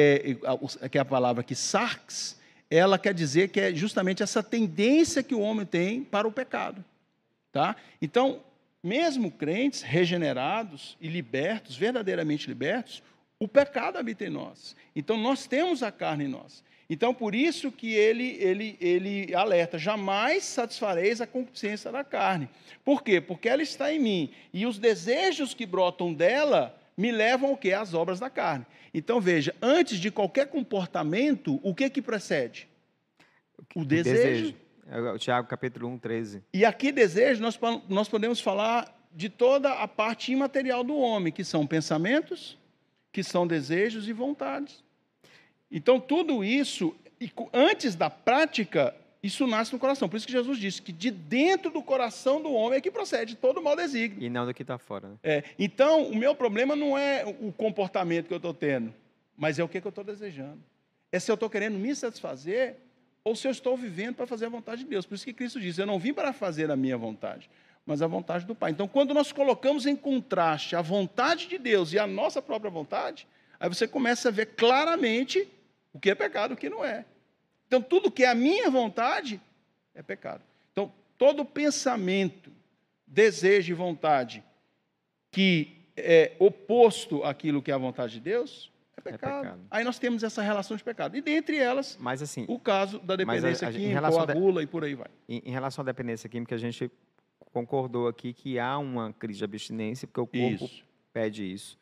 S2: que é a palavra aqui, sarx, ela quer dizer que é justamente essa tendência que o homem tem para o pecado. Tá? Então, mesmo crentes regenerados e libertos, verdadeiramente libertos, o pecado habita em nós. Então, nós temos a carne em nós. Então, por isso que ele alerta, jamais satisfareis a concupiscência da carne. Por quê? Porque ela está em mim. E os desejos que brotam dela me levam ao quê? Às obras da carne. Então, veja, antes de qualquer comportamento, o que precede? O desejo.
S1: É o Tiago, capítulo 1, 13.
S2: E aqui, desejo, nós podemos falar de toda a parte imaterial do homem, que são pensamentos, que são desejos e vontades. Então, tudo isso, antes da prática, isso nasce no coração. Por isso que Jesus disse que de dentro do coração do homem é que procede todo o mau desígnio.
S1: E não do que está fora. Né?
S2: Então, o meu problema não é o comportamento que eu estou tendo, mas é o que eu estou desejando. É se eu estou querendo me satisfazer ou se eu estou vivendo para fazer a vontade de Deus. Por isso que Cristo diz, eu não vim para fazer a minha vontade, mas a vontade do Pai. Então, quando nós colocamos em contraste a vontade de Deus e a nossa própria vontade, aí você começa a ver claramente o que é pecado e o que não é. Então, tudo que é a minha vontade é pecado. Então, todo pensamento, desejo e vontade que é oposto àquilo que é a vontade de Deus, é pecado. Aí nós temos essa relação de pecado. E dentre elas,
S1: mas, assim,
S2: o caso da dependência química, ou a gula e por aí vai.
S1: Em relação à dependência química, a gente concordou aqui que há uma crise de abstinência, porque o corpo pede isso.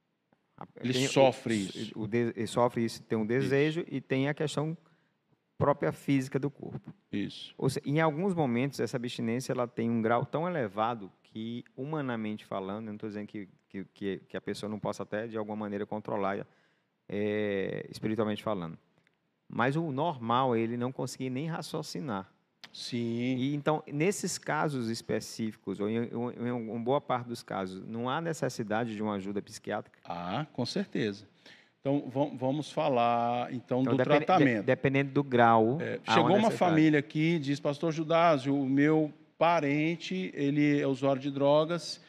S2: Ele sofre isso.
S1: Ele sofre isso, tem um desejo e tem a questão própria física do corpo.
S2: Isso.
S1: Ou seja, em alguns momentos, essa abstinência ela tem um grau tão elevado que, humanamente falando, eu não estou dizendo que a pessoa não possa até, de alguma maneira, controlar espiritualmente falando. Mas o normal é ele não conseguir nem raciocinar.
S2: Sim.
S1: E, então, nesses casos específicos, ou em uma boa parte dos casos, não há necessidade de uma ajuda psiquiátrica?
S2: Ah, com certeza. Então, vamos falar, então do tratamento.
S1: Dependendo do grau.
S2: Chegou uma família aqui e diz, pastor Judásio, o meu parente, ele é usuário de drogas,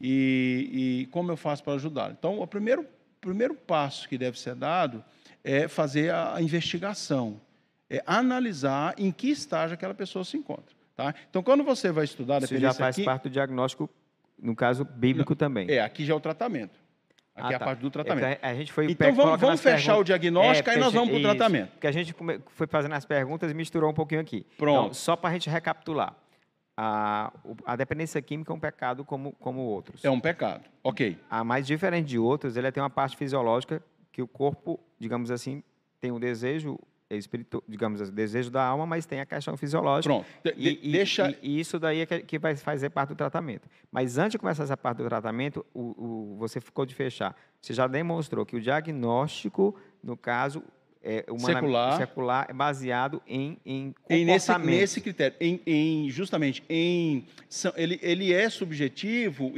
S2: e como eu faço para ajudá-lo? Então, o primeiro passo que deve ser dado é fazer a investigação. É analisar em que estágio aquela pessoa se encontra. Tá? Então, quando você vai estudar...
S1: Isso já faz parte do diagnóstico, no caso bíblico também.
S2: Aqui já é o tratamento. Aqui é a parte do tratamento.
S1: A gente foi
S2: então, vamos fechar o diagnóstico, aí nós vamos para o tratamento.
S1: Porque a gente foi fazendo as perguntas e misturou um pouquinho aqui.
S2: Pronto.
S1: Então, só para a gente recapitular. A dependência química é um pecado como outros.
S2: É um pecado, ok.
S1: Mas diferente de outros, ele tem uma parte fisiológica que o corpo, digamos assim, tem um desejo... digamos, o desejo da alma, mas tem a questão fisiológica.
S2: Pronto.
S1: E isso daí é que vai fazer parte do tratamento. Mas antes de começar essa parte do tratamento, você ficou de fechar. Você já demonstrou que o diagnóstico, no caso, secular é baseado em comportamento.
S2: Nesse critério. Justamente, ele é subjetivo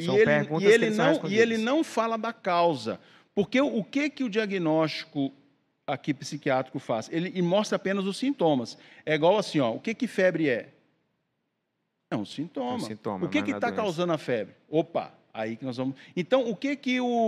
S2: e ele não fala da causa. Porque o que o diagnóstico aqui psiquiátrico faz? Ele mostra apenas os sintomas. É igual assim, ó, o que febre é? É um sintoma. O que está causando a febre? Opa, aí que nós vamos... Então, o que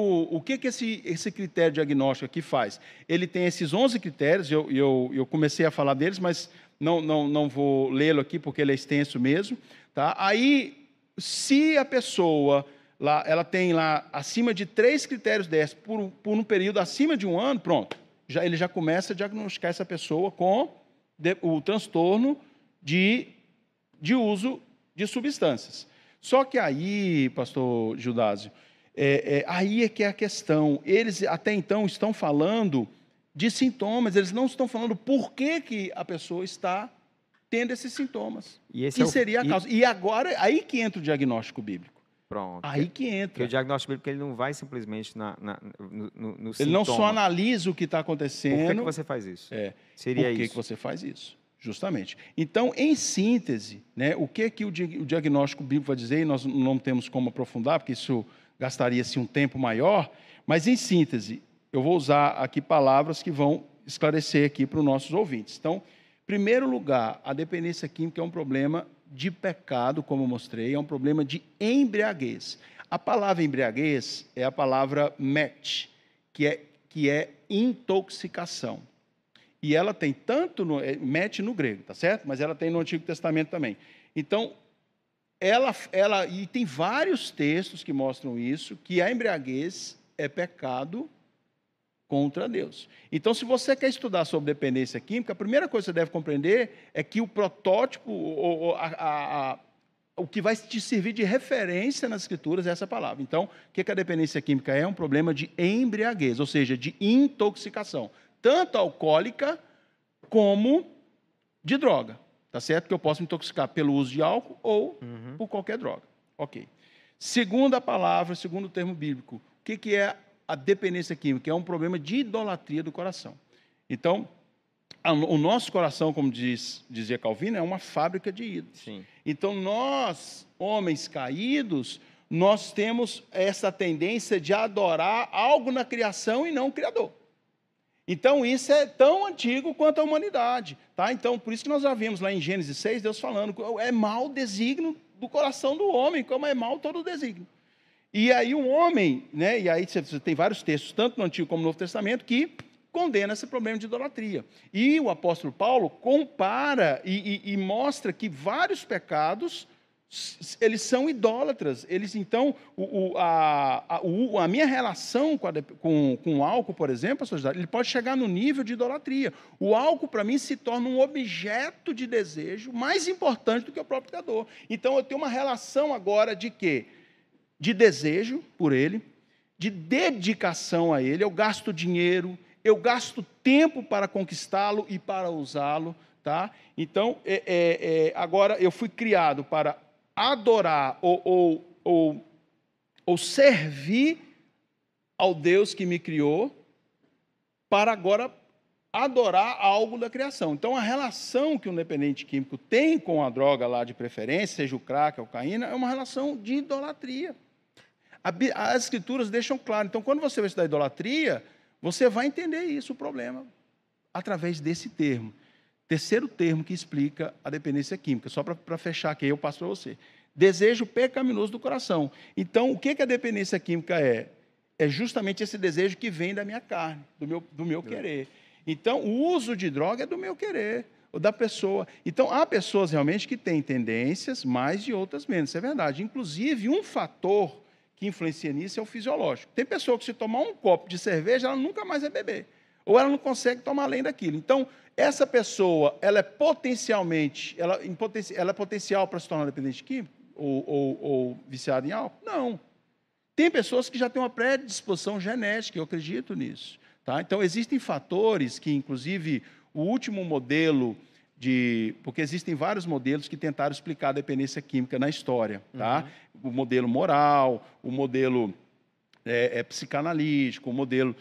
S2: esse critério diagnóstico aqui faz? Ele tem esses 11 critérios, eu comecei a falar deles, mas não vou lê-lo aqui porque ele é extenso mesmo. Tá? Aí, se a pessoa ela tem lá acima de 3 critérios desses por um período acima de 1 ano, pronto. Ele já começa a diagnosticar essa pessoa com o transtorno de uso de substâncias. Só que aí, pastor Judásio, aí é que é a questão. Eles até então estão falando de sintomas, eles não estão falando por que a pessoa está tendo esses sintomas.
S1: E esse
S2: que seria a causa. E agora, aí que entra o diagnóstico bíblico.
S1: Pronto.
S2: Aí que entra.
S1: Porque o diagnóstico bíblico ele não vai simplesmente no
S2: Ele
S1: sintoma.
S2: não só analisa o que está acontecendo.
S1: Por que você faz isso? Seria
S2: por que você faz isso? Justamente. Então, em síntese, né, o que o diagnóstico bíblico vai dizer, e nós não temos como aprofundar, porque isso gastaria-se um tempo maior, mas, em síntese, eu vou usar aqui palavras que vão esclarecer aqui para os nossos ouvintes. Então, em primeiro lugar, a dependência química é um problema de pecado, como eu mostrei, é um problema de embriaguez. A palavra embriaguez é a palavra met, que é intoxicação. E ela tem tanto, met no grego, tá certo? Mas ela tem no Antigo Testamento também. Então, e tem vários textos que mostram isso, que a embriaguez é pecado contra Deus. Então, se você quer estudar sobre dependência química, a primeira coisa que você deve compreender é que o protótipo, o que vai te servir de referência nas Escrituras é essa palavra. Então, o que a dependência química é? É um problema de embriaguez, ou seja, de intoxicação, tanto alcoólica como de droga. Tá certo? Que eu posso me intoxicar pelo uso de álcool ou por qualquer droga. Ok. Segunda palavra, segundo o termo bíblico, o que é a dependência química? É um problema de idolatria do coração. Então, o nosso coração, como dizia Calvino, é uma fábrica de ídolos.
S1: Sim.
S2: Então, nós, homens caídos, nós temos essa tendência de adorar algo na criação e não o Criador. Então, isso é tão antigo quanto a humanidade. Tá? Então, por isso que nós já vimos lá em Gênesis 6, Deus falando, é mau o desígnio do coração do homem, como é mau todo o desígnio. E aí o homem, né, e aí você tem vários textos, tanto no Antigo como no Novo Testamento, que condena esse problema de idolatria. E o apóstolo Paulo compara e mostra que vários pecados, eles são idólatras. Eles, então, a minha relação com o álcool, por exemplo, ele pode chegar no nível de idolatria. O álcool, para mim, se torna um objeto de desejo mais importante do que o próprio Criador. Então, eu tenho uma relação agora de quê? De desejo por ele, de dedicação a ele. Eu gasto dinheiro, eu gasto tempo para conquistá-lo e para usá-lo. Tá? Então, agora eu fui criado para adorar ou servir ao Deus que me criou, para agora adorar algo da criação. Então, a relação que um dependente químico tem com a droga lá de preferência, seja o crack, a cocaína, é uma relação de idolatria. As Escrituras deixam claro. Então, quando você vai estudar idolatria, você vai entender isso, o problema, através desse termo. Terceiro termo que explica a dependência química, só para fechar aqui, eu passo para você. Desejo pecaminoso do coração. Então, o que a dependência química é? É justamente esse desejo que vem da minha carne, do meu querer. Então, o uso de droga é do meu querer, ou da pessoa. Então, há pessoas realmente que têm tendências mais e outras menos, isso é verdade. Inclusive, um fator que influencia nisso é o fisiológico. Tem pessoa que, se tomar um copo de cerveja, ela nunca mais vai beber. Ou ela não consegue tomar além daquilo. Então, essa pessoa, ela é potencialmente, ela é potencial para se tornar dependente químico? Ou viciada em álcool? Não. Tem pessoas que já têm uma predisposição genética, eu acredito nisso. Tá? Então, existem fatores que, inclusive, o último modelo porque existem vários modelos que tentaram explicar a dependência química na história. Tá? O modelo moral, o modelo psicanalítico, o modelo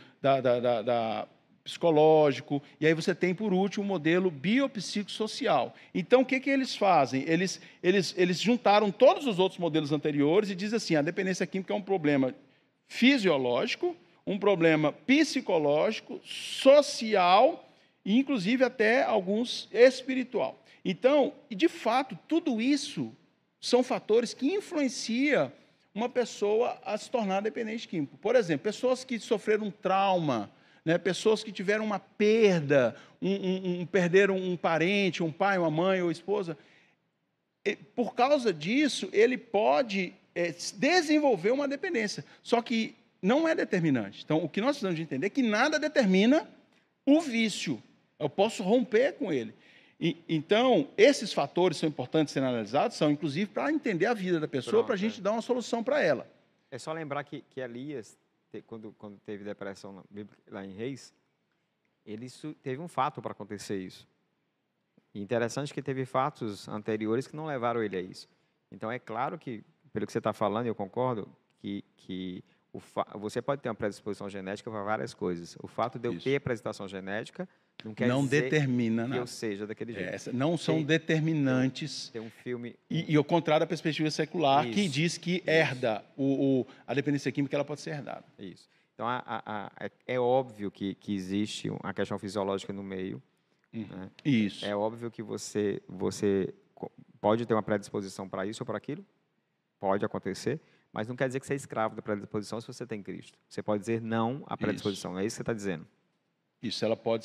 S2: psicológico, e aí você tem, por último, o modelo biopsicossocial. Então, o que eles fazem? Eles juntaram todos os outros modelos anteriores e dizem assim, a dependência química é um problema fisiológico, um problema psicológico, social e, inclusive, até alguns espiritual. Então, de fato, tudo isso são fatores que influenciam uma pessoa a se tornar dependente químico. Por exemplo, pessoas que sofreram um trauma, né? Pessoas que tiveram uma perda, perderam um parente, um pai, uma mãe ou esposa. Por causa disso, ele pode desenvolver uma dependência. Só que não é determinante. Então, o que nós precisamos de entender é que nada determina o vício. Eu posso romper com ele. Então, esses fatores são importantes serem analisados, são inclusive para entender a vida da pessoa, para a gente dar uma solução para ela.
S1: É só lembrar que Elias, quando teve depressão lá em Reis, ele teve um fato para acontecer isso. E interessante que teve fatos anteriores que não levaram ele a isso. Então, é claro que, pelo que você está falando, eu concordo, que você pode ter uma predisposição genética para várias coisas. O fato de eu ter predisposição genética não quer dizer
S2: determina
S1: que eu seja daquele jeito.
S2: Não são determinantes.
S1: Tem um filme...
S2: E ao contrário da perspectiva secular, que diz que herda a dependência química, ela pode ser herdada.
S1: Isso. Então, é óbvio que existe uma questão fisiológica no meio. Né?
S2: Isso.
S1: É óbvio que você pode ter uma predisposição para isso ou para aquilo. Pode acontecer. Mas não quer dizer que você é escravo da predisposição se você tem Cristo. Você pode dizer não à predisposição. É isso que você está dizendo.
S2: Isso,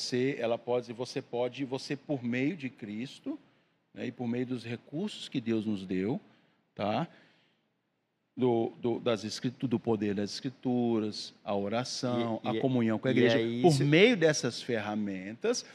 S2: você por meio de Cristo, né, e por meio dos recursos que Deus nos deu, tá? Do poder das Escrituras, a oração, a comunhão com a igreja. Por meio dessas ferramentas,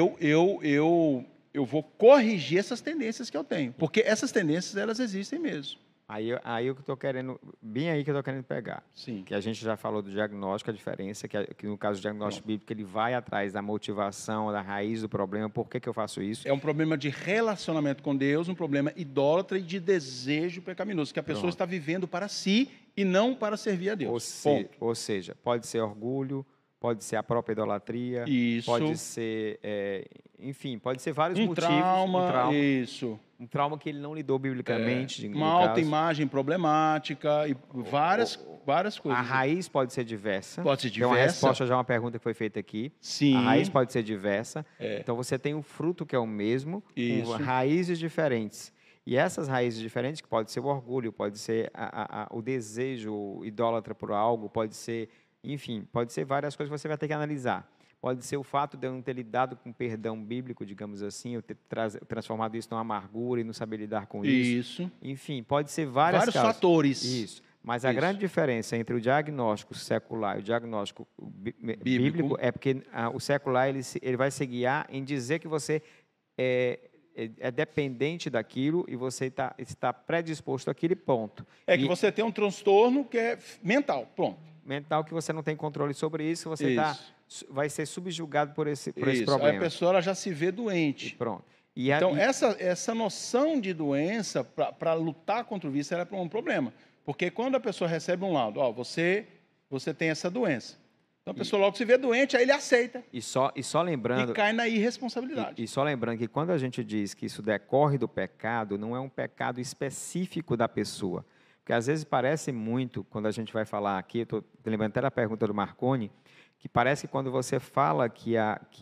S2: eu vou corrigir essas tendências que eu tenho. Porque essas tendências, elas existem mesmo.
S1: Aí eu que estou querendo, bem aí que eu estou querendo pegar.
S2: Sim.
S1: Que a gente já falou do diagnóstico, a diferença, que no caso do diagnóstico bíblico, ele vai atrás da motivação, da raiz do problema, por que eu faço isso?
S2: É um problema de relacionamento com Deus, um problema idólatra e de desejo pecaminoso, que a pessoa está vivendo para si e não para servir a Deus.
S1: Ou seja, pode ser orgulho, pode ser a própria idolatria, pode ser, enfim, pode ser vários motivos. Um trauma que ele não lidou biblicamente.
S2: Uma autoimagem problemática e várias coisas.
S1: A raiz pode ser diversa.
S2: Pode ser diversa.
S1: Então, a resposta já é uma pergunta que foi feita aqui.
S2: Sim.
S1: A raiz pode ser diversa. Então, você tem um fruto que é o mesmo, com raízes diferentes. E essas raízes diferentes, que pode ser o orgulho, pode ser o desejo idólatra por algo, pode ser... Enfim, pode ser várias coisas que você vai ter que analisar. Pode ser o fato de eu não ter lidado com perdão bíblico, digamos assim, eu ter transformado isso numa amargura e não saber lidar com isso. Enfim, pode ser vários
S2: fatores.
S1: Isso. Mas a grande diferença entre o diagnóstico secular e o diagnóstico bíblico é porque o secular ele vai se guiar em dizer que você é dependente daquilo e você está predisposto àquilo e ponto.
S2: Que você tem um transtorno que é mental, pronto.
S1: Mental, que você não tem controle sobre isso, você vai ser subjugado por esse problema.
S2: Aí a pessoa ela já se vê doente.
S1: E pronto.
S2: Então, essa noção de doença, para lutar contra o vício, era um problema. Porque quando a pessoa recebe um laudo, você tem essa doença. Então, a pessoa logo se vê doente, aí ele aceita.
S1: E só lembrando...
S2: E cai na irresponsabilidade.
S1: E só lembrando que quando a gente diz que isso decorre do pecado, não é um pecado específico da pessoa. Porque às vezes parece muito, quando a gente vai falar aqui, estou lembrando até da pergunta do Marconi, que parece que quando você fala que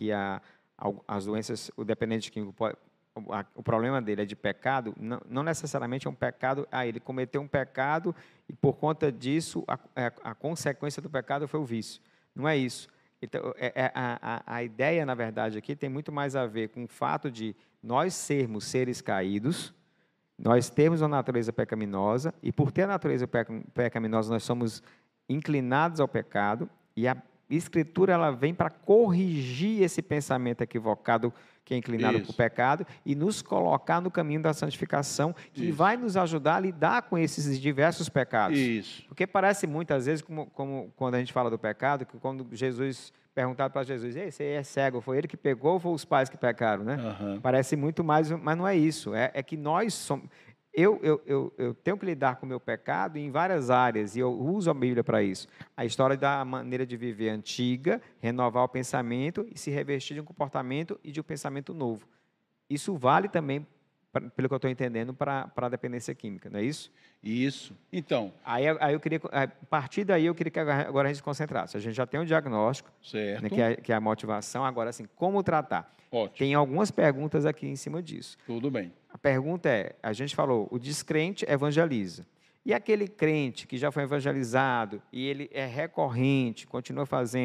S1: as doenças, o dependente químico, o problema dele é de pecado, não necessariamente é um pecado, ele cometeu um pecado e por conta disso a consequência do pecado foi o vício. Não é isso. Então, a ideia, na verdade, aqui tem muito mais a ver com o fato de nós sermos seres caídos, nós temos uma natureza pecaminosa, e por ter a natureza pecaminosa, nós somos inclinados ao pecado, e a Escritura ela vem para corrigir esse pensamento equivocado que é inclinado para o pecado e nos colocar no caminho da santificação, que vai nos ajudar a lidar com esses diversos pecados. Porque parece muitas vezes, como quando a gente fala do pecado, que quando Jesus... Perguntado para Jesus, você é cego, foi ele que pegou ou foi os pais que pecaram, né? Parece muito mais, mas não é isso. É que nós somos... Eu tenho que lidar com o meu pecado em várias áreas, e eu uso a Bíblia para isso. A história da maneira de viver antiga, renovar o pensamento e se revestir de um comportamento e de um pensamento novo. Isso vale também, pelo que eu estou entendendo, para a dependência química, não é isso?
S2: Isso. Então...
S1: Aí eu queria, a partir daí, eu queria que agora a gente se concentrasse. A gente já tem um diagnóstico,
S2: certo,
S1: né, que é a motivação. Agora, assim, como tratar?
S2: Ótimo.
S1: Tem algumas perguntas aqui em cima disso.
S2: Tudo bem.
S1: A pergunta a gente falou, o descrente evangeliza. E aquele crente que já foi evangelizado e ele é recorrente, continua fazendo,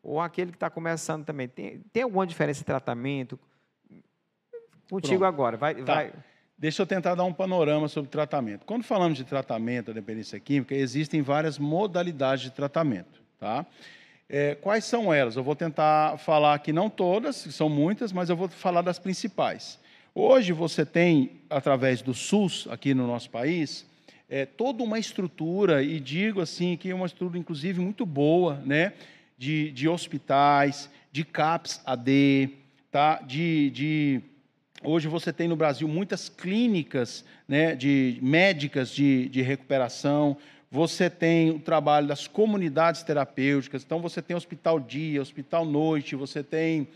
S1: ou aquele que está começando também, tem alguma diferença de tratamento? Contigo
S2: Pronto.
S1: agora, vai.
S2: Deixa eu tentar dar um panorama sobre tratamento. Quando falamos de tratamento da dependência química, existem várias modalidades de tratamento, tá? Quais são elas? Eu vou tentar falar aqui, não todas, são muitas, mas eu vou falar das principais. Hoje você tem, através do SUS, aqui no nosso país, toda uma estrutura, e digo assim, que é uma estrutura, inclusive, muito boa, né? De hospitais, de CAPS-AD, tá? Hoje você tem no Brasil muitas clínicas, né, médicas de recuperação, você tem o trabalho das comunidades terapêuticas, então você tem hospital dia, hospital noite, você tem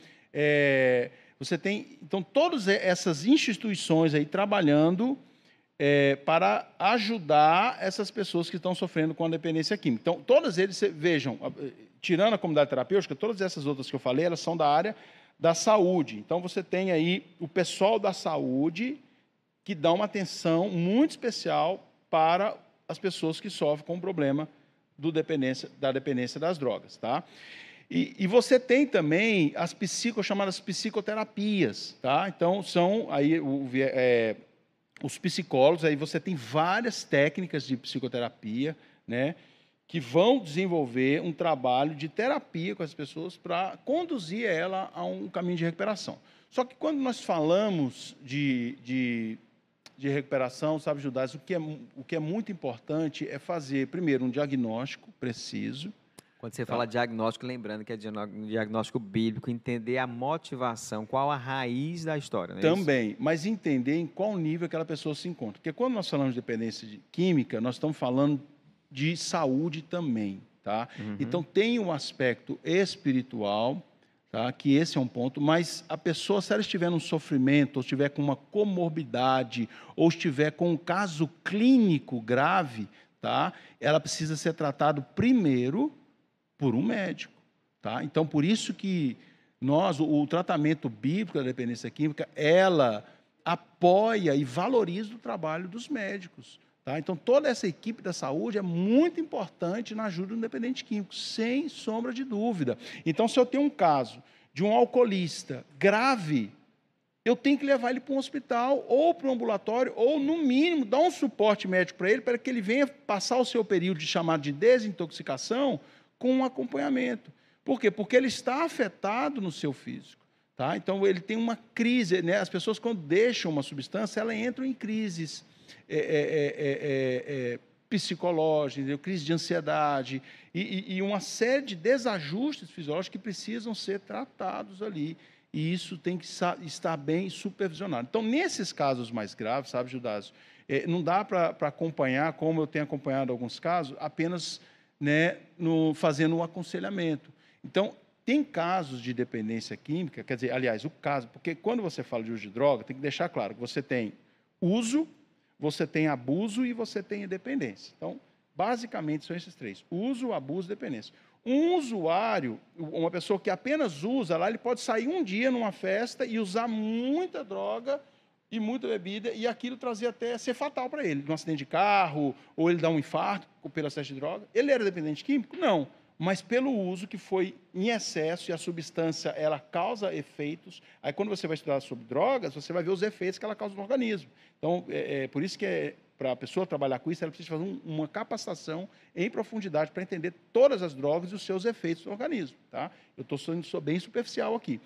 S2: então todas essas instituições aí trabalhando para ajudar essas pessoas que estão sofrendo com a dependência química. Então todas eles, vejam, tirando a comunidade terapêutica, todas essas outras que eu falei, elas são da área da saúde. Então, você tem aí o pessoal da saúde que dá uma atenção muito especial para as pessoas que sofrem com o problema da dependência das drogas. Tá? E você tem também as chamadas psicoterapias. Tá? Então, são aí os psicólogos, aí você tem várias técnicas de psicoterapia, né, que vão desenvolver um trabalho de terapia com as pessoas para conduzir ela a um caminho de recuperação. Só que quando nós falamos de recuperação, sabe, Judas, o que é muito importante é fazer, primeiro, um diagnóstico preciso.
S1: Quando você fala diagnóstico, lembrando que é diagnóstico bíblico, entender a motivação, qual a raiz da história. Não é
S2: também, mas entender em qual nível aquela pessoa se encontra. Porque quando nós falamos de dependência química, nós estamos falando de saúde também, tá? Uhum. Então tem um aspecto espiritual, tá? Que esse é um ponto, mas a pessoa, se ela estiver num sofrimento, ou estiver com uma comorbidade, ou estiver com um caso clínico grave, tá? Ela precisa ser tratada primeiro por um médico, tá? Então por isso que o tratamento bíblico da dependência química, ela apoia e valoriza o trabalho dos médicos. Tá? Então, toda essa equipe da saúde é muito importante na ajuda do dependente químico, sem sombra de dúvida. Então, se eu tenho um caso de um alcoolista grave, eu tenho que levar ele para um hospital, ou para um ambulatório, ou, no mínimo, dar um suporte médico para ele, para que ele venha passar o seu período chamado de desintoxicação com um acompanhamento. Por quê? Porque ele está afetado no seu físico. Tá? Então, ele tem uma crise. Né? As pessoas, quando deixam uma substância, elas entram em crises psicológicas, crise de ansiedade e uma série de desajustes fisiológicos que precisam ser tratados ali. E isso tem que estar bem supervisionado. Então, nesses casos mais graves, sabe, Judásio, não dá para acompanhar, como eu tenho acompanhado alguns casos, apenas, né, fazendo um aconselhamento. Então, tem casos de dependência química, quer dizer, aliás, porque quando você fala de uso de droga, tem que deixar claro que você tem uso, você tem abuso e você tem dependência. Então, basicamente, são esses três: uso, abuso e dependência. Um usuário, uma pessoa que apenas usa lá, ele pode sair um dia numa festa e usar muita droga e muita bebida, e aquilo trazer até ser fatal para ele. Um acidente de carro, ou ele dá um infarto pelo excesso de droga. Ele era dependente químico? Não. Mas pelo uso que foi em excesso, e a substância ela causa efeitos. Aí, quando você vai estudar sobre drogas, você vai ver os efeitos que ela causa no organismo. Então, por isso que para a pessoa trabalhar com isso, ela precisa fazer uma capacitação em profundidade para entender todas as drogas e os seus efeitos no organismo. Tá? Eu estou sendo bem superficial aqui.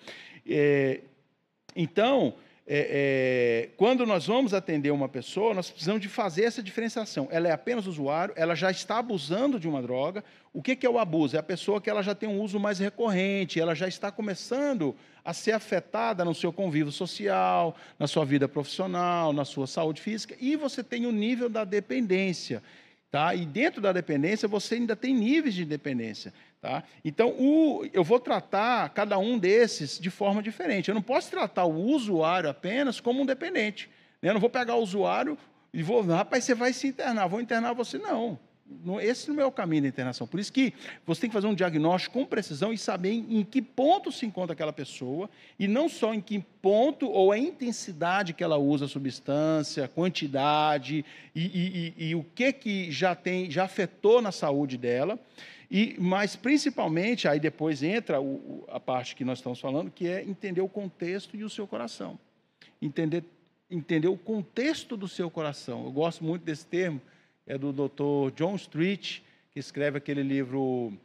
S2: Então, quando nós vamos atender uma pessoa, nós precisamos de fazer essa diferenciação. Ela é apenas usuário, ela já está abusando de uma droga. O que é o abuso? É a pessoa que ela já tem um uso mais recorrente, ela já está começando a ser afetada no seu convívio social, na sua vida profissional, na sua saúde física, e você tem o nível da dependência. Tá? E dentro da dependência, você ainda tem níveis de dependência. Tá? Então, eu vou tratar cada um desses de forma diferente. Eu não posso tratar o usuário apenas como um dependente. Né? Eu não vou pegar o usuário e rapaz, você vai se internar, vou internar você. Não. Esse não é o caminho da internação. Por isso que você tem que fazer um diagnóstico com precisão e saber em que ponto se encontra aquela pessoa, e não só em que ponto ou a intensidade que ela usa a substância, a quantidade e o que já afetou na saúde dela. Mas, principalmente, aí depois entra a parte que nós estamos falando, que é entender o contexto e o seu coração. Entender o contexto do seu coração. Eu gosto muito desse termo, é do Dr. John Street, que escreve aquele livro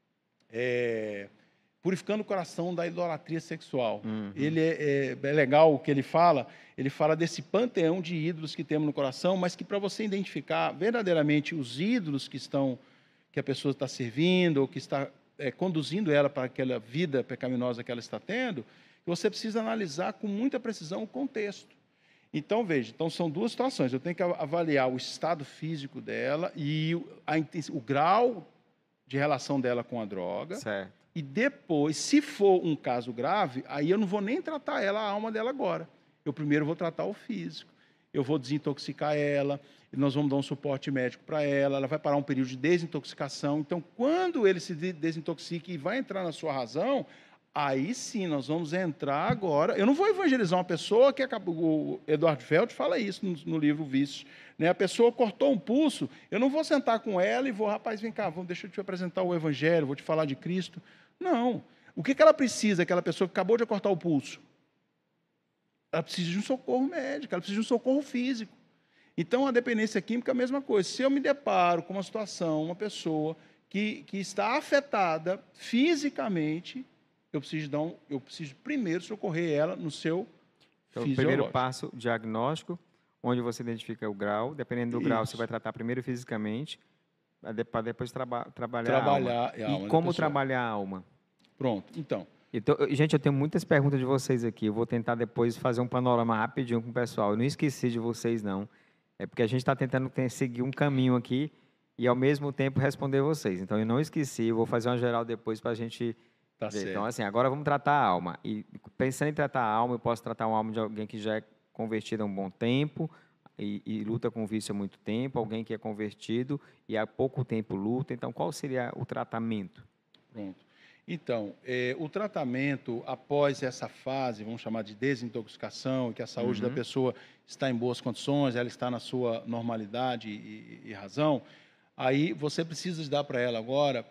S2: Purificando o Coração da Idolatria Sexual. Ele é legal o que ele fala desse panteão de ídolos que temos no coração, mas que para você identificar verdadeiramente os ídolos que a pessoa está servindo, ou que está conduzindo ela para aquela vida pecaminosa que ela está tendo, você precisa analisar com muita precisão o contexto. Então, veja, são duas situações. Eu tenho que avaliar o estado físico dela e o grau de relação dela com a droga.
S1: Certo.
S2: E depois, se for um caso grave, aí eu não vou nem tratar a alma dela agora. Eu primeiro vou tratar o físico. Eu vou desintoxicar ela, nós vamos dar um suporte médico para ela vai parar um período de desintoxicação. Então, quando ele se desintoxica e vai entrar na sua razão, aí sim, nós vamos entrar agora. Eu não vou evangelizar uma pessoa que acabou. O Eduardo Feld fala isso no livro Vícios. Né? A pessoa cortou um pulso, eu não vou sentar com ela e vou, rapaz, vem cá, deixa eu te apresentar o Evangelho, vou te falar de Cristo. Não. O que ela precisa, aquela pessoa que acabou de cortar o pulso? Ela precisa de um socorro médico, ela precisa de um socorro físico. Então, a dependência química é a mesma coisa. Se eu me deparo com uma situação, uma pessoa que está afetada fisicamente, eu preciso primeiro socorrer ela no seu fisiológico.
S1: O primeiro passo, diagnóstico, onde você identifica o grau. Dependendo do grau, você vai tratar primeiro fisicamente, para depois trabalhar a alma. E como trabalhar a alma?
S2: Pronto, então,
S1: gente, eu tenho muitas perguntas de vocês aqui. Eu vou tentar depois fazer um panorama rapidinho com o pessoal. Eu não esqueci de vocês, não. É porque a gente está tentando seguir um caminho aqui e, ao mesmo tempo, responder vocês. Então, eu não esqueci. Eu vou fazer uma geral depois para a gente ver. Então, assim, agora vamos tratar a alma. E pensando em tratar a alma, eu posso tratar uma alma de alguém que já é convertido há um bom tempo e luta com vício há muito tempo, alguém que é convertido e há pouco tempo luta. Então, qual seria o tratamento?
S2: Pronto. Então, o tratamento após essa fase, vamos chamar de desintoxicação, que a saúde da pessoa está em boas condições, ela está na sua normalidade e razão, aí você precisa dar para ela agora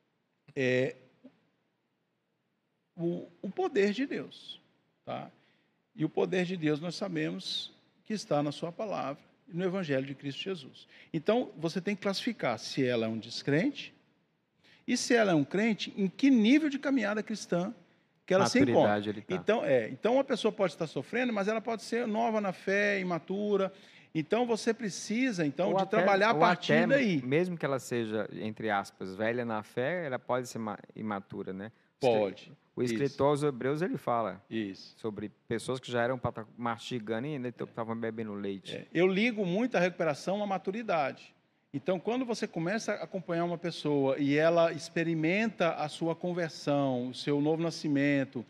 S2: o poder de Deus. Tá? E o poder de Deus nós sabemos que está na sua palavra e no Evangelho de Cristo Jesus. Então, você tem que classificar se ela é um descrente, e se ela é um crente, em que nível de caminhada cristã que ela se encontra. Então, a pessoa pode estar sofrendo, mas ela pode ser nova na fé, imatura. Então, você precisa de trabalhar a partir daí.
S1: Mesmo que ela seja, entre aspas, velha na fé, ela pode ser imatura, né?
S2: Pode.
S1: O escritor aos Hebreus, ele fala
S2: isso.
S1: Sobre pessoas que já eram mastigando e ainda estavam bebendo leite.
S2: Eu ligo muito a recuperação à maturidade. Então, quando você começa a acompanhar uma pessoa e ela experimenta a sua conversão, o seu novo nascimento,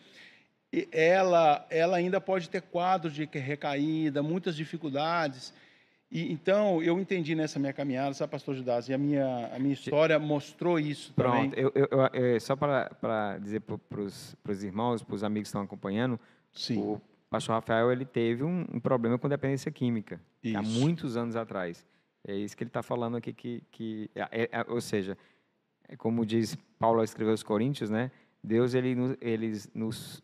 S2: ela ainda pode ter quadros de recaída, muitas dificuldades. Então, eu entendi nessa minha caminhada, sabe, pastor Judas, e a minha história mostrou isso também.
S1: Pronto, só para dizer para os irmãos, para os amigos que estão acompanhando,
S2: sim,
S1: o pastor Rafael ele teve um problema com dependência química, há muitos anos atrás. É isso que ele está falando aqui, ou seja, como diz Paulo ao escrever aos Coríntios, né? Deus ele nos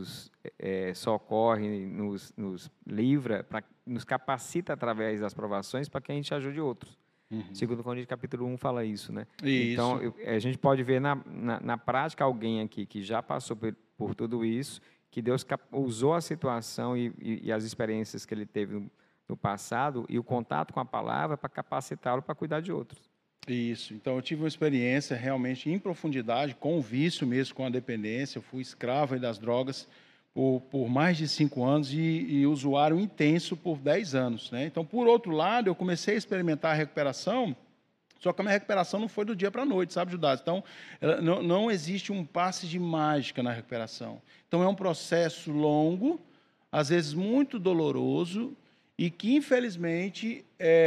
S1: socorre, nos livra, nos capacita através das provações para que a gente ajude outros. Segundo Coríntios capítulo 1 fala isso, né?
S2: Isso.
S1: Então, a gente pode ver na prática alguém aqui que já passou por tudo isso, que Deus usou a situação e as experiências que ele teve no passado e o contato com a palavra para capacitá-lo para cuidar de outros.
S2: Isso. Então, eu tive uma experiência realmente em profundidade com o vício mesmo, com a dependência. Eu fui escravo das drogas por mais de 5 anos e usuário intenso por 10 anos. Né? Então, por outro lado, eu comecei a experimentar a recuperação, só que a minha recuperação não foi do dia para a noite, sabe, Judas? Então, não existe um passe de mágica na recuperação. Então, é um processo longo, às vezes muito doloroso, e que, infelizmente,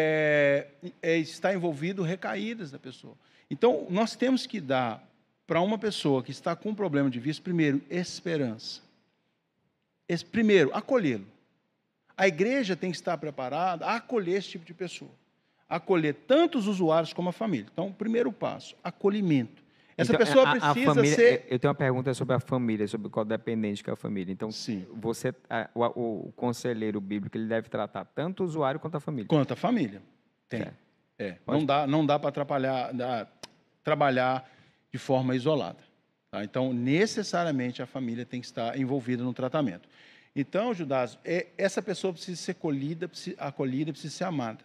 S2: está envolvido recaídas da pessoa. Então, nós temos que dar para uma pessoa que está com um problema de vício, primeiro, esperança. Primeiro, acolhê-lo. A igreja tem que estar preparada a acolher esse tipo de pessoa. Acolher tanto os usuários como a família. Então, primeiro passo, acolhimento. Essa
S1: Então,
S2: pessoa
S1: a
S2: precisa
S1: família,
S2: ser...
S1: eu tenho uma pergunta sobre a família, sobre qual dependente que é a família. Então,
S2: Sim.
S1: o conselheiro bíblico, ele deve tratar tanto o usuário quanto a família.
S2: Quanto a família. Tem.
S1: Certo.
S2: Não dá para trabalhar de forma isolada. Tá? Então, necessariamente, a família tem que estar envolvida no tratamento. Então, Judas, essa pessoa precisa ser acolhida, precisa ser amada.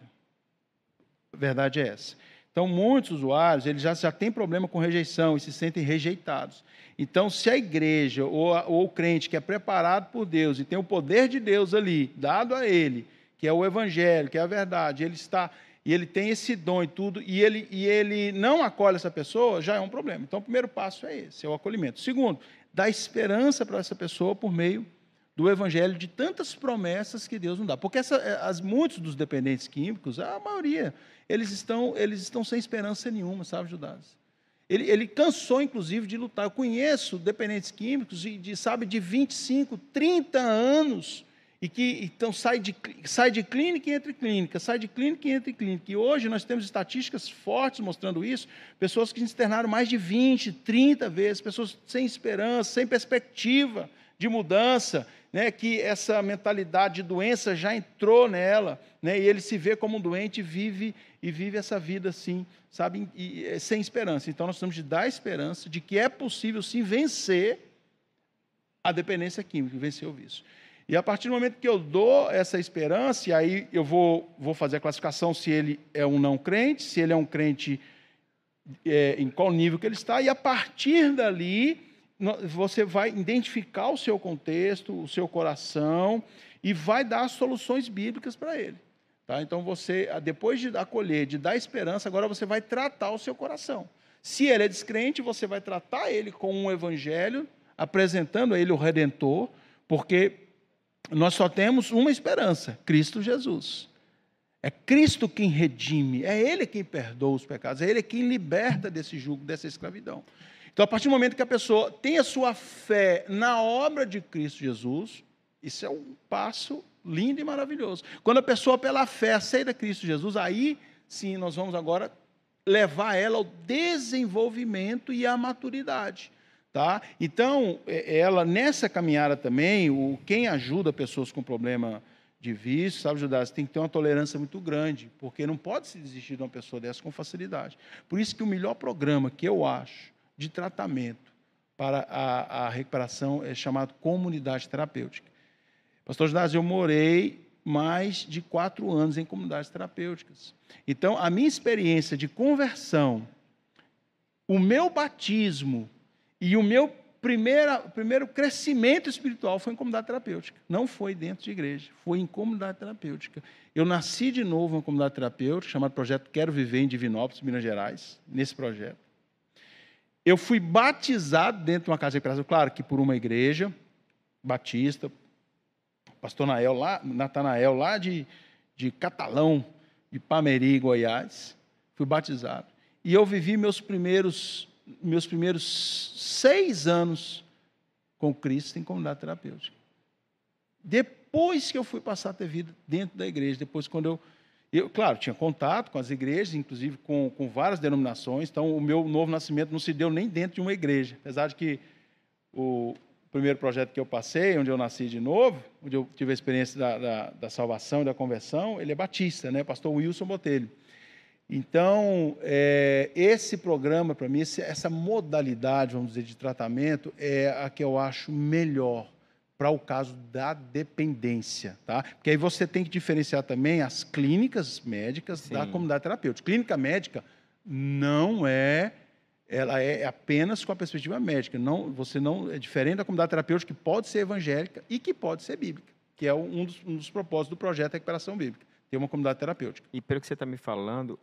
S2: A verdade é essa. Então, muitos usuários eles já têm problema com rejeição e se sentem rejeitados. Então, se a igreja ou o crente que é preparado por Deus e tem o poder de Deus ali, dado a ele, que é o evangelho, que é a verdade, ele tem esse dom e tudo, e ele não acolhe essa pessoa, já é um problema. Então, o primeiro passo é esse, é o acolhimento. Segundo, dá esperança para essa pessoa por meio do evangelho, de tantas promessas que Deus não dá. Porque muitos dos dependentes químicos, a maioria, eles estão sem esperança nenhuma, sabe, Judas? Ele cansou, inclusive, de lutar. Eu conheço dependentes químicos de 25, 30 anos, e que então sai de clínica e entra em clínica, sai de clínica e entra em clínica. E hoje nós temos estatísticas fortes mostrando isso, pessoas que se internaram mais de 20, 30 vezes, pessoas sem esperança, sem perspectiva de mudança, né, que essa mentalidade de doença já entrou nela, né, e ele se vê como um doente e vive essa vida assim, sabe, sem esperança. Então nós temos de dar esperança de que é possível sim vencer a dependência química, vencer o vício. E a partir do momento que eu dou essa esperança, e aí eu vou fazer a classificação se ele é um não crente, se ele é um crente em qual nível que ele está, e a partir dali você vai identificar o seu contexto, o seu coração, e vai dar soluções bíblicas para ele. Tá? Então, você, depois de acolher, de dar esperança, agora você vai tratar o seu coração. Se ele é descrente, você vai tratar ele com um evangelho, apresentando a ele o Redentor, porque nós só temos uma esperança, Cristo Jesus. É Cristo quem redime, é Ele quem perdoa os pecados, é Ele quem liberta desse jugo, dessa escravidão. Então, a partir do momento que a pessoa tem a sua fé na obra de Cristo Jesus, isso é um passo lindo e maravilhoso. Quando a pessoa, pela fé, aceita Cristo Jesus, aí sim nós vamos agora levar ela ao desenvolvimento e à maturidade. Tá? Então, ela, nessa caminhada também, quem ajuda pessoas com problema de vício, sabe, Judas, tem que ter uma tolerância muito grande, porque não pode se desistir de uma pessoa dessa com facilidade. Por isso que o melhor programa que eu acho de tratamento para a recuperação é chamado comunidade terapêutica. Pastor Judas, eu morei mais de 4 anos em comunidades terapêuticas. Então, a minha experiência de conversão, o meu batismo e o meu primeiro crescimento espiritual foi em comunidade terapêutica. Não foi dentro de igreja, foi em comunidade terapêutica. Eu nasci de novo em uma comunidade terapêutica, chamado Projeto Quero Viver, em Divinópolis, Minas Gerais, nesse projeto. Eu fui batizado dentro de uma casa de recuperação, claro que por uma igreja batista, pastor Natanael, lá de Catalão, de Pameri, Goiás, fui batizado. E eu vivi meus primeiros 6 anos com Cristo em comunidade terapêutica. Depois que eu fui passar a ter vida dentro da igreja, depois quando eu claro, tinha contato com as igrejas, inclusive com várias denominações, então o meu novo nascimento não se deu nem dentro de uma igreja, apesar de que o primeiro projeto que eu passei, onde eu nasci de novo, onde eu tive a experiência da salvação e da conversão, ele é batista, né? Pastor Wilson Botelho. Então, esse programa, para mim, essa modalidade, vamos dizer, de tratamento, é a que eu acho melhor para o caso da dependência, tá? Porque aí você tem que diferenciar também as clínicas médicas Sim. da comunidade terapêutica. Clínica médica não ela é apenas com a perspectiva médica. Você não é diferente da comunidade terapêutica, que pode ser evangélica e que pode ser bíblica, que é um dos propósitos do projeto de recuperação bíblica. Ter uma comunidade terapêutica.
S1: E pelo que você está me falando,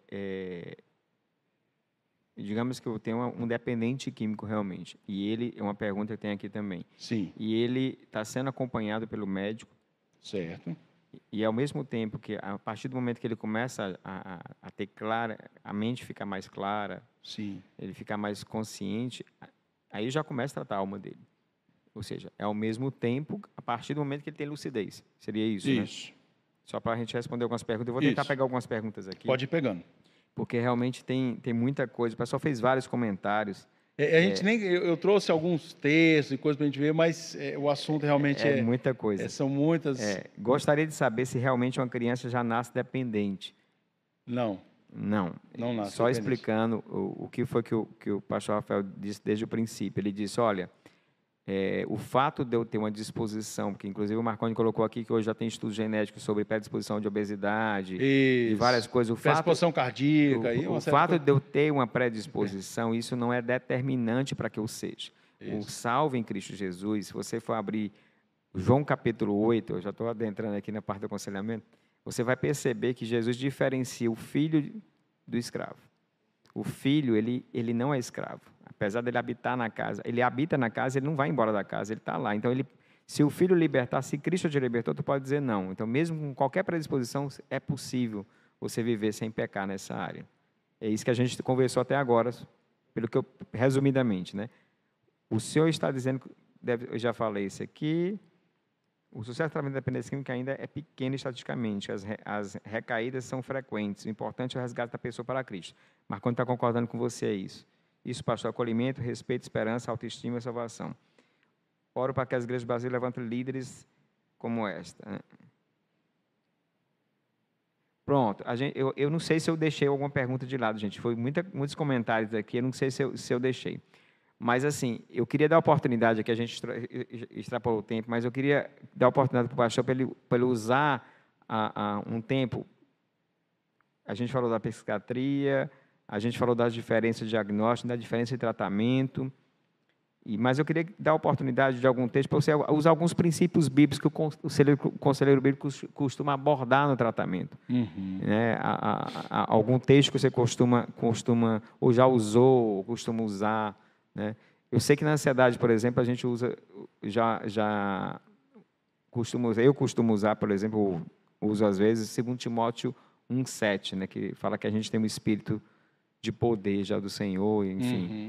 S1: digamos que eu tenho um dependente químico realmente, e ele, é uma pergunta que tem aqui também.
S2: Sim.
S1: E ele está sendo acompanhado pelo médico.
S2: Certo.
S1: E ao mesmo tempo que, a partir do momento que ele começa a ter clara, a mente fica mais clara,
S2: Sim.
S1: ele fica mais consciente, aí já começa a tratar a alma dele. Ou seja, é ao mesmo tempo, a partir do momento que ele tem lucidez. Seria isso, né?
S2: Isso.
S1: Só para a gente responder algumas perguntas. Eu vou tentar pegar algumas perguntas aqui.
S2: Pode ir pegando.
S1: porque realmente tem muita coisa. O pessoal fez vários comentários.
S2: A gente eu trouxe alguns textos e coisas para a gente ver, mas o assunto realmente
S1: É muita coisa.
S2: São muitas.
S1: Gostaria de saber se realmente uma criança já nasce dependente.
S2: Não nasce
S1: Só
S2: dependente.
S1: explicando o que foi que o pastor Rafael disse desde o princípio. Ele disse, olha, o fato de eu ter uma disposição, porque inclusive o Marconi colocou aqui que hoje já tem estudos genéticos sobre predisposição de obesidade e várias coisas.
S2: Predisposição cardíaca.
S1: O fato de eu ter uma predisposição, isso não é determinante para que eu seja. Isso. O salvo em Cristo Jesus, se você for abrir João capítulo 8, eu já estou adentrando aqui na parte do aconselhamento, você vai perceber que Jesus diferencia o filho do escravo. O filho, ele não é escravo. Apesar dele habitar na casa, ele habita na casa, ele não vai embora da casa, ele está lá. Então, se o filho libertar, se Cristo te libertou, tu pode dizer não. Então, mesmo com qualquer predisposição, é possível você viver sem pecar nessa área. É isso que a gente conversou até agora, pelo que resumidamente, né? O senhor está dizendo, eu já falei isso aqui, o sucesso do tratamento da dependência química ainda é pequeno estatisticamente, as recaídas são frequentes, o importante é o resgate da pessoa para Cristo. Marconi está concordando com você, é isso. Isso, pastor, acolhimento, respeito, esperança, autoestima e salvação. Oro para que as igrejas brasileiras levantem líderes como esta. Pronto. Eu não sei se eu deixei alguma pergunta de lado, gente. Foi muitos comentários aqui, eu não sei se eu deixei. Mas, assim, eu queria dar a oportunidade aqui, a gente extrapolou o tempo, mas eu queria dar a oportunidade para o pastor para ele usar um tempo. A gente falou da psiquiatria, a gente falou das diferenças de diagnóstico, da diferença de tratamento, mas eu queria dar a oportunidade de algum texto para você usar alguns princípios bíblicos que o conselheiro bíblico costuma abordar no tratamento.
S2: Uhum.
S1: Né? Algum texto que você costuma ou já usou, ou costuma usar. Né? Eu sei que na ansiedade, por exemplo, a gente usa, eu costumo usar, por exemplo, uso às vezes, 2 Timóteo 1,7, né? Que fala que a gente tem um espírito de poder já do Senhor, enfim,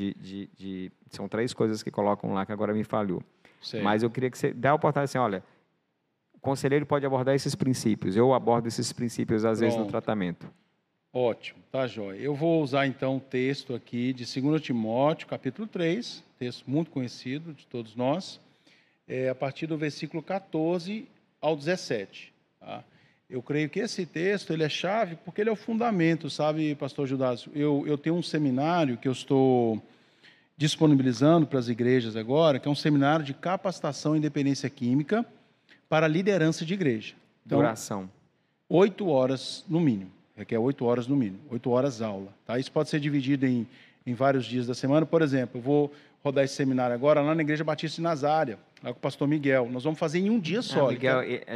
S1: são 3 coisas que colocam lá que agora me falhou.
S2: Certo.
S1: Mas eu queria que você dê a oportunidade assim, olha, o conselheiro pode abordar esses princípios, eu abordo esses princípios às vezes no tratamento.
S2: Ótimo, tá jóia. Eu vou usar então o texto aqui de 2 Timóteo, capítulo 3, texto muito conhecido de todos nós, a partir do versículo 14 ao 17, tá? Eu creio que esse texto ele é chave porque ele é o fundamento, sabe, pastor Judas? Eu tenho um seminário que eu estou disponibilizando para as igrejas agora, que é um seminário de capacitação em dependência química para liderança de igreja.
S1: Então, duração.
S2: 8 horas no mínimo, requer 8 horas no mínimo, 8 horas aula. Tá? Isso pode ser dividido em vários dias da semana. Por exemplo, eu vou rodar esse seminário agora lá na Igreja Batista de Nazária, lá com o pastor Miguel. Nós vamos fazer em um dia só.
S1: Miguel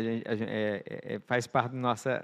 S1: faz parte da nossa...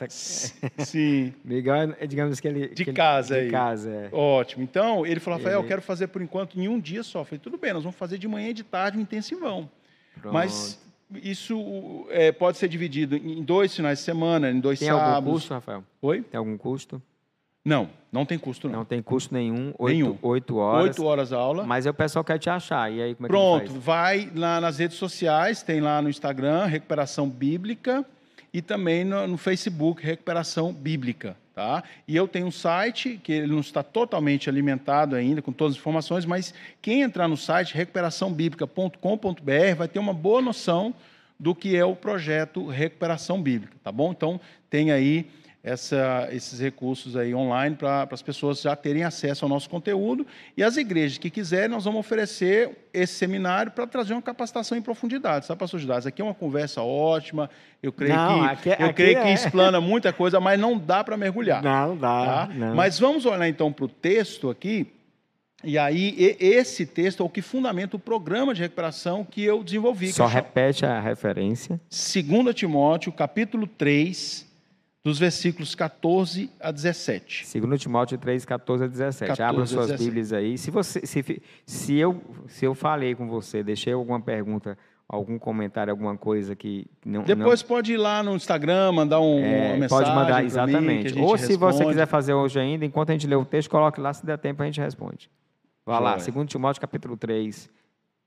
S2: Sim.
S1: Miguel, digamos que ele...
S2: De casa aí.
S1: De casa, é.
S2: Ótimo. Então, ele falou, Rafael, eu quero fazer por enquanto em um dia só. Eu falei, tudo bem, nós vamos fazer de manhã e de tarde um intensivão.
S1: Pronto.
S2: Mas isso pode ser dividido em 2 finais de semana, em 2 sábados.
S1: Tem algum custo, Rafael?
S2: Oi?
S1: Tem algum custo?
S2: Não tem custo, não.
S1: Não tem custo nenhum.
S2: 8 horas. 8 horas a aula.
S1: Mas aí o pessoal quer te achar. E aí, como é que
S2: Pronto,
S1: faz?
S2: vai lá nas redes sociais, tem lá no Instagram, Recuperação Bíblica, e também no Facebook, Recuperação Bíblica. Tá? E eu tenho um site, que ele não está totalmente alimentado ainda, com todas as informações, mas quem entrar no site, recuperaçãobiblica.com.br, vai ter uma boa noção do que é o projeto Recuperação Bíblica. Tá bom? Então, tem aí esses recursos aí online para as pessoas já terem acesso ao nosso conteúdo, e as igrejas que quiserem, nós vamos oferecer esse seminário para trazer uma capacitação em profundidade, sabe, pastor Judas? Aqui é uma conversa ótima, eu creio que explana muita coisa, mas não dá para mergulhar.
S1: Não dá.
S2: Tá?
S1: Não.
S2: Mas vamos olhar então para o texto aqui, e aí esse texto é o que fundamenta o programa de recuperação que eu desenvolvi.
S1: Só repete a referência.
S2: 2 Timóteo, capítulo 3, dos versículos 14 a 17.
S1: 2 Timóteo 3, 14 a 17. Abra suas Bíblias aí. Se eu falei com você, deixei alguma pergunta, algum comentário, alguma coisa que não...
S2: Depois pode ir lá no Instagram, mandar uma mensagem.
S1: Pode mandar, exatamente.
S2: Mim,
S1: ou se você quiser fazer hoje ainda, enquanto a gente lê o texto, coloque lá, se der tempo a gente responde. Vá lá, 2 Timóteo capítulo 3,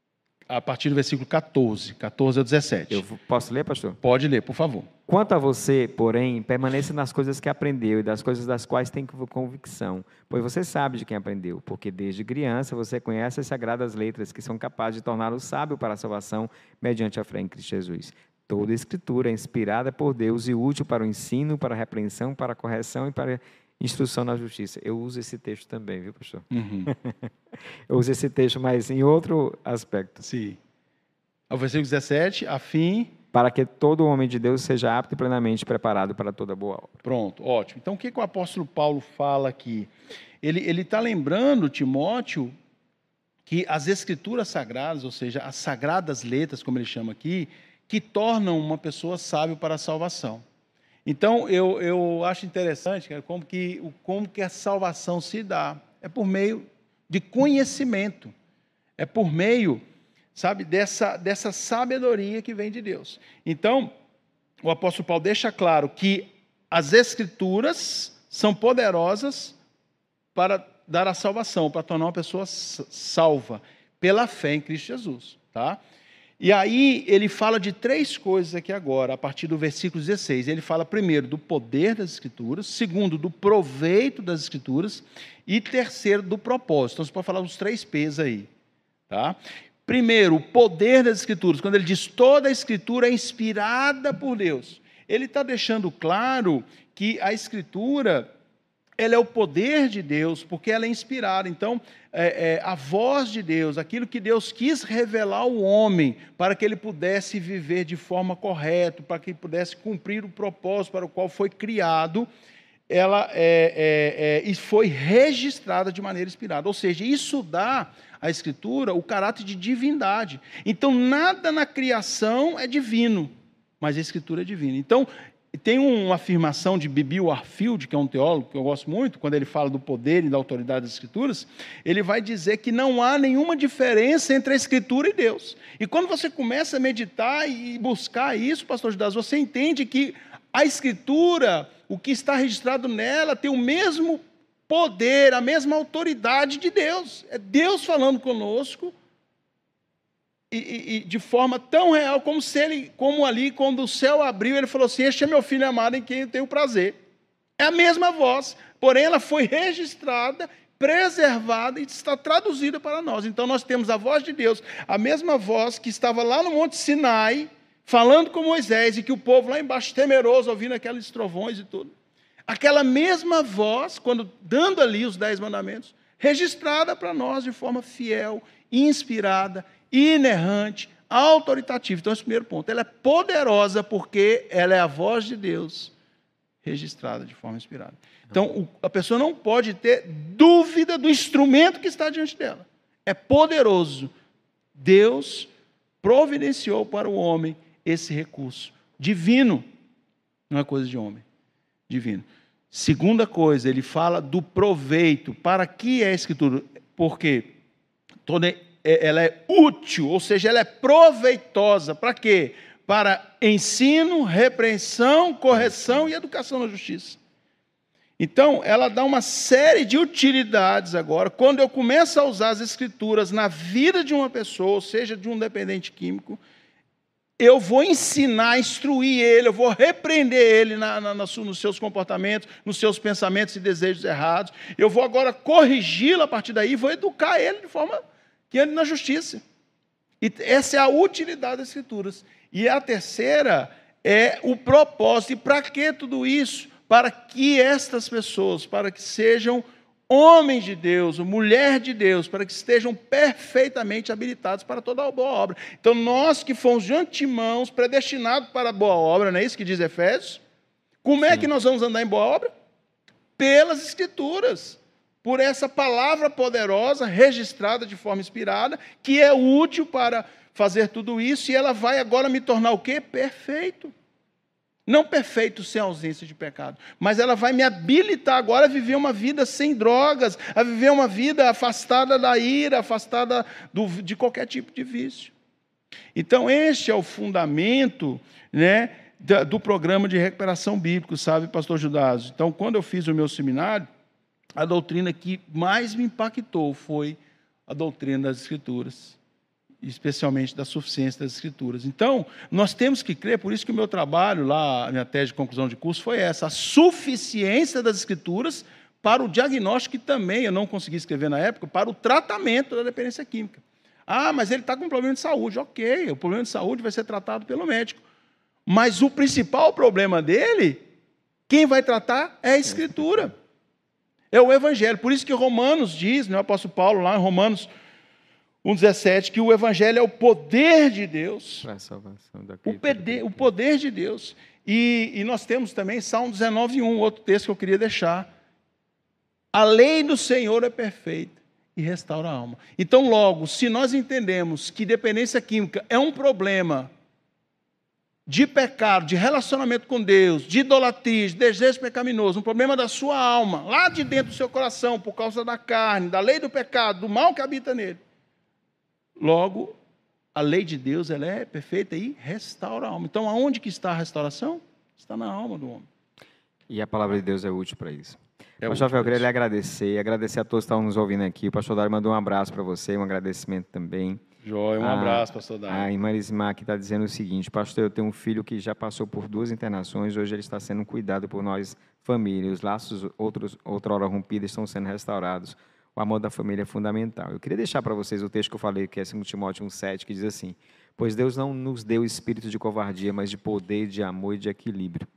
S2: a partir do versículo 14 ao 17.
S1: Posso ler, pastor?
S2: Pode ler, por favor.
S1: Quanto a você, porém, permaneça nas coisas que aprendeu e das coisas das quais tem convicção, pois você sabe de quem aprendeu, porque desde criança você conhece as sagradas letras que são capazes de torná-lo sábio para a salvação mediante a fé em Cristo Jesus. Toda a Escritura é inspirada por Deus e útil para o ensino, para a repreensão, para a correção e para a instrução na justiça. Eu uso esse texto também, viu, pastor?
S2: Uhum.
S1: Eu uso esse texto, mas em outro aspecto.
S2: Sim. Ao versículo 17, a fim...
S1: Para que todo homem de Deus seja apto e plenamente preparado para toda boa obra.
S2: Pronto, ótimo. Então, o que o apóstolo Paulo fala aqui? Ele está lembrando, Timóteo, que as escrituras sagradas, ou seja, as sagradas letras, como ele chama aqui, que tornam uma pessoa sábio para a salvação. Então, eu acho interessante como que a salvação se dá. É por meio de conhecimento. É por meio, sabe, dessa sabedoria que vem de Deus. Então, o apóstolo Paulo deixa claro que as Escrituras são poderosas para dar a salvação, para tornar uma pessoa salva, pela fé em Cristo Jesus. Tá? E aí ele fala de 3 coisas aqui agora, a partir do versículo 16. Ele fala primeiro do poder das Escrituras, segundo do proveito das Escrituras e terceiro do propósito. Então você pode falar os 3 P's aí. Tá? Primeiro, o poder das Escrituras. Quando ele diz toda a Escritura é inspirada por Deus, ele está deixando claro que a Escritura ela é o poder de Deus, porque ela é inspirada. Então, a voz de Deus, aquilo que Deus quis revelar ao homem, para que ele pudesse viver de forma correta, para que ele pudesse cumprir o propósito para o qual foi criado, ela foi registrada de maneira inspirada. Ou seja, isso dá à Escritura o caráter de divindade. Então, nada na criação é divino, mas a Escritura é divina. Então, tem uma afirmação de Bibi Warfield, que é um teólogo que eu gosto muito, quando ele fala do poder e da autoridade das Escrituras, ele vai dizer que não há nenhuma diferença entre a Escritura e Deus. E quando você começa a meditar e buscar isso, pastor Judas, você entende que a Escritura, o que está registrado nela, tem o mesmo poder, a mesma autoridade de Deus. É Deus falando conosco, e de forma tão real como ali, quando o céu abriu, ele falou assim: este é meu filho amado em quem eu tenho prazer. É a mesma voz, porém ela foi registrada, preservada e está traduzida para nós. Então nós temos a voz de Deus, a mesma voz que estava lá no Monte Sinai, falando com Moisés, e que o povo lá embaixo temeroso, ouvindo aqueles trovões e tudo. Aquela mesma voz, quando dando ali os 10 mandamentos, registrada para nós de forma fiel, inspirada, inerrante, autoritativa. Então, esse é o primeiro ponto. Ela é poderosa porque ela é a voz de Deus registrada de forma inspirada. Então, a pessoa não pode ter dúvida do instrumento que está diante dela. É poderoso. Deus providenciou para o homem esse recurso divino. Não é coisa de homem. Divino. Segunda coisa, ele fala do proveito. Para que é a Escritura? Porque ela é útil, ou seja, ela é proveitosa. Para quê? Para ensino, repreensão, correção e educação na justiça. Então, ela dá uma série de utilidades agora. Quando eu começo a usar as Escrituras na vida de uma pessoa, ou seja, de um dependente químico, eu vou ensinar, instruir ele, eu vou repreender ele nos seus comportamentos, nos seus pensamentos e desejos errados. Eu vou agora corrigi-lo a partir daí, vou educar ele de forma que ande na justiça. E essa é a utilidade das Escrituras. E a terceira é o propósito. E para que tudo isso? Para que estas pessoas, para que sejam homens de Deus, mulher de Deus, para que estejam perfeitamente habilitados para toda a boa obra. Então, nós que fomos de antemão predestinados para a boa obra, não é isso que diz Efésios? Como é que nós vamos andar em boa obra? Pelas Escrituras. Por essa palavra poderosa, registrada de forma inspirada, que é útil para fazer tudo isso, e ela vai agora me tornar o quê? Perfeito. Não perfeito sem ausência de pecado, mas ela vai me habilitar agora a viver uma vida sem drogas, a viver uma vida afastada da ira, afastada de qualquer tipo de vício. Então, este é o fundamento, né, do programa de recuperação bíblica, sabe, pastor Judas? Então, quando eu fiz o meu seminário, a doutrina que mais me impactou foi a doutrina das Escrituras. especialmente da suficiência das Escrituras. Então, nós temos que crer, por isso que o meu trabalho lá, a minha tese de conclusão de curso foi essa, a suficiência das Escrituras para o diagnóstico, que também eu não consegui escrever na época, para o tratamento da dependência química. Ah, mas ele está com um problema de saúde. Ok, o problema de saúde vai ser tratado pelo médico. Mas o principal problema dele, quem vai tratar é a Escritura. É o Evangelho. Por isso que Romanos diz, o apóstolo Paulo, lá em Romanos 1,17, que o Evangelho é o poder de Deus.
S1: Para a salvação
S2: O poder de Deus. E nós temos também Salmo 19:1, outro texto que eu queria deixar. A lei do Senhor é perfeita e restaura a alma. Então, logo, se nós entendemos que dependência química é um problema de pecado, de relacionamento com Deus, de idolatria, de desejo pecaminoso, um problema da sua alma, lá de dentro do seu coração, por causa da carne, da lei do pecado, do mal que habita nele. Logo, a lei de Deus ela é perfeita e restaura a alma. Então, aonde que está a restauração? Está na alma do homem.
S1: E a palavra de Deus é útil para isso. Pastor Rafael, eu queria lhe agradecer a todos que estavam nos ouvindo aqui. O pastor Dário mandou um abraço para você, um agradecimento também.
S2: Joia, um abraço, pastor Dário.
S1: A irmã Elismar aqui está dizendo o seguinte: pastor, eu tenho um filho que já passou por 2 internações, hoje ele está sendo cuidado por nós, família. Os laços, outrora rompidos, estão sendo restaurados. O amor da família é fundamental. Eu queria deixar para vocês o texto que eu falei, que é 2 Timóteo 1,7, que diz assim: pois Deus não nos deu espírito de covardia, mas de poder, de amor e de equilíbrio.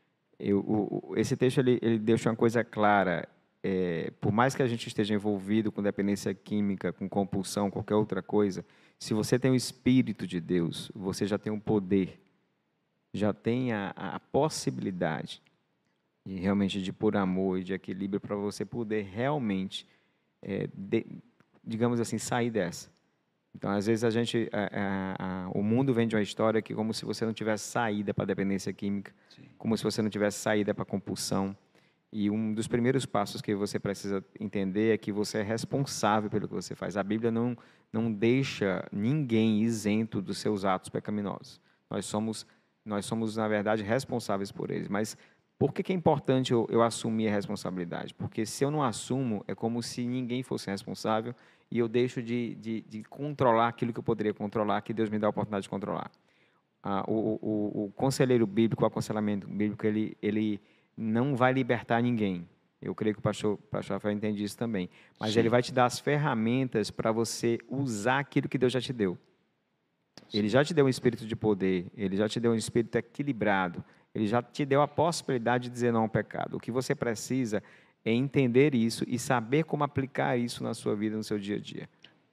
S1: Esse texto ele deixa uma coisa clara. Por mais que a gente esteja envolvido com dependência química, com compulsão, qualquer outra coisa, se você tem o Espírito de Deus, você já tem um poder, já tem a possibilidade de realmente de por amor e de equilíbrio para você poder realmente, digamos assim, sair dessa. Então, às vezes, o mundo vende uma história que como se você não tivesse saída para a dependência química, sim, como se você não tivesse saída para a compulsão. E um dos primeiros passos que você precisa entender é que você é responsável pelo que você faz. A Bíblia não deixa ninguém isento dos seus atos pecaminosos. Nós somos, na verdade, responsáveis por eles. Mas por que é importante eu assumir a responsabilidade? Porque se eu não assumo, é como se ninguém fosse responsável e eu deixo de controlar aquilo que eu poderia controlar, que Deus me dá a oportunidade de controlar. O conselheiro bíblico, o aconselhamento bíblico, ele não vai libertar ninguém. Eu creio que o pastor Rafael entende isso também. Mas sim, ele vai te dar as ferramentas para você usar aquilo que Deus já te deu. Sim. Ele já te deu um espírito de poder, ele já te deu um espírito equilibrado, ele já te deu a possibilidade de dizer não ao pecado. O que você precisa é entender isso e saber como aplicar isso na sua vida, no seu dia a dia.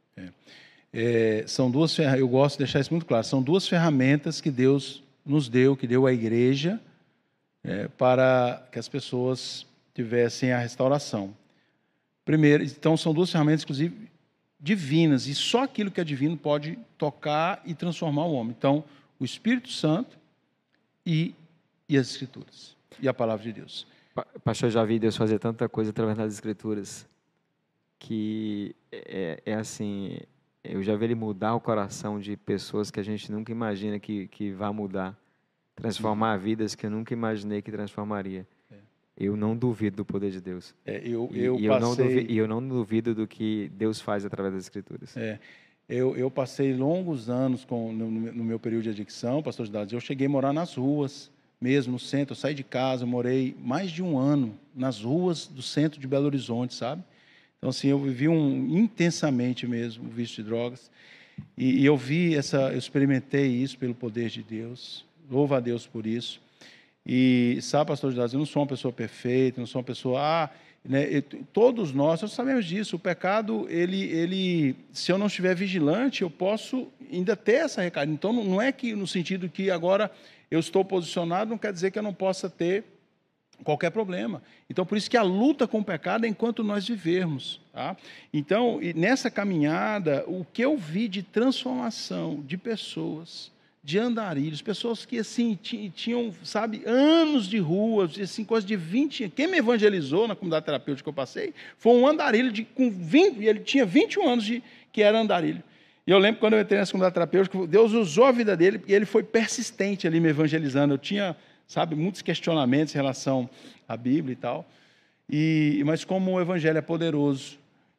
S2: São 2 ferramentas, eu gosto de deixar isso muito claro, são 2 ferramentas que Deus nos deu, que deu à igreja, para que as pessoas tivessem a restauração. Primeiro, então, são 2 ferramentas, inclusive, divinas, e só aquilo que é divino pode tocar e transformar o homem. Então, o Espírito Santo e as Escrituras, e a Palavra de Deus.
S1: Pastor, já vi Deus fazer tanta coisa através das Escrituras, que assim, eu já vi Ele mudar o coração de pessoas que a gente nunca imagina que vai mudar, transformar vidas que eu nunca imaginei que transformaria. Eu não duvido do poder de Deus. Eu não duvido do que Deus faz através das Escrituras.
S2: Eu passei longos anos no meu período de adicção, pastor Gidados. Eu cheguei a morar nas ruas, mesmo no centro. Eu saí de casa, eu morei mais de 1 ano nas ruas do centro de Belo Horizonte, sabe? Então, assim, eu vivi intensamente mesmo o vício de drogas. E eu experimentei isso pelo poder de Deus. Louvo a Deus por isso. E sabe, pastor Gidados, eu não sou uma pessoa perfeita, não sou uma pessoa... todos nós sabemos disso. O pecado, se eu não estiver vigilante, eu posso ainda ter essa recaída. Então, não é que no sentido que agora eu estou posicionado, não quer dizer que eu não possa ter qualquer problema. Então, por isso que a luta com o pecado é enquanto nós vivermos. Tá? Então, nessa caminhada, o que eu vi de transformação de pessoas, de andarilhos, pessoas que assim tinham, sabe, anos de rua, assim, coisa de 20... Quem me evangelizou na comunidade terapêutica que eu passei foi um andarilho com 20, ele tinha 21 anos que era andarilho. E eu lembro quando eu entrei nessa comunidade terapêutica, Deus usou a vida dele e ele foi persistente ali me evangelizando. Eu tinha, sabe, muitos questionamentos em relação à Bíblia e tal. Mas como o evangelho é poderoso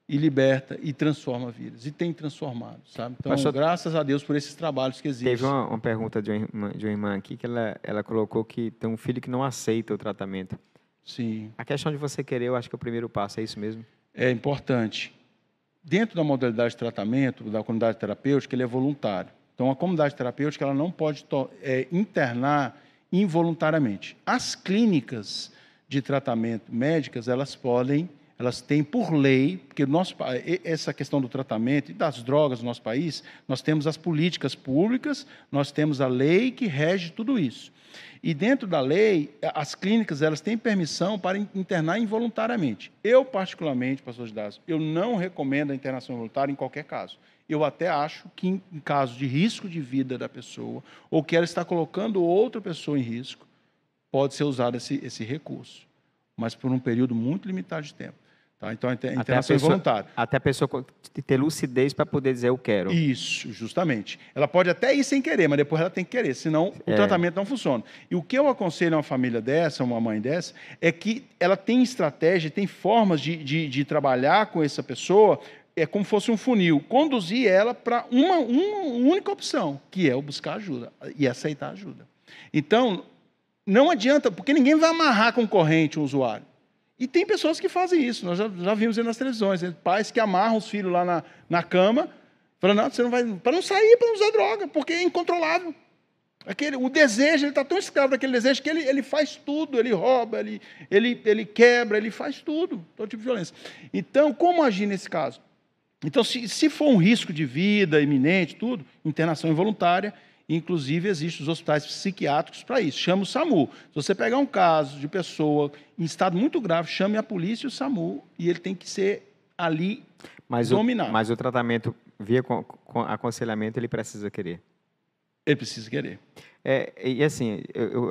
S2: e liberta e transforma vidas. E tem transformado, sabe? Então,
S1: Pastor,
S2: graças a Deus por esses trabalhos que existem.
S1: teve uma pergunta de uma irmã aqui, que ela colocou que tem um filho que não aceita o tratamento.
S2: Sim.
S1: A questão de você querer, eu acho que é o primeiro passo, é isso mesmo?
S2: É importante. Dentro da modalidade de tratamento, da comunidade terapêutica, ele é voluntário. Então, a comunidade terapêutica ela não pode internar involuntariamente. As clínicas de tratamento médicas, elas têm por lei, porque essa questão do tratamento e das drogas no nosso país, nós temos as políticas públicas, nós temos a lei que rege tudo isso. E dentro da lei, as clínicas elas têm permissão para internar involuntariamente. Eu, particularmente, pastor Gidásio, eu não recomendo a internação involuntária em qualquer caso. Eu até acho que em caso de risco de vida da pessoa, ou que ela está colocando outra pessoa em risco, pode ser usado esse recurso, mas por um período muito limitado de tempo. Tá? Então, a internação involuntária.
S1: Até a pessoa ter lucidez para poder dizer eu quero.
S2: Isso, justamente. Ela pode até ir sem querer, mas depois ela tem que querer, senão o tratamento não funciona. E o que eu aconselho a uma família dessa, uma mãe dessa, é que ela tem estratégia, tem formas de trabalhar com essa pessoa, é como se fosse um funil, conduzir ela para uma única opção, que é o buscar ajuda e aceitar ajuda. Então, não adianta, porque ninguém vai amarrar com corrente o usuário. E tem pessoas que fazem isso, nós já vimos nas televisões, pais que amarram os filhos lá na cama, falando, não, você não vai, para não sair, para não usar droga, porque é incontrolável. O desejo, ele está tão escravo daquele desejo que ele faz tudo, ele rouba, ele quebra, ele faz tudo, todo tipo de violência. Então, como agir nesse caso? Então, se for um risco de vida iminente, tudo, internação involuntária. Inclusive, existem os hospitais psiquiátricos para isso. Chama o SAMU. Se você pegar um caso de pessoa em estado muito grave, chame a polícia e o SAMU, e ele tem que ser ali dominado.
S1: Mas o tratamento via com aconselhamento, ele precisa querer.
S2: Ele precisa querer.
S1: E assim,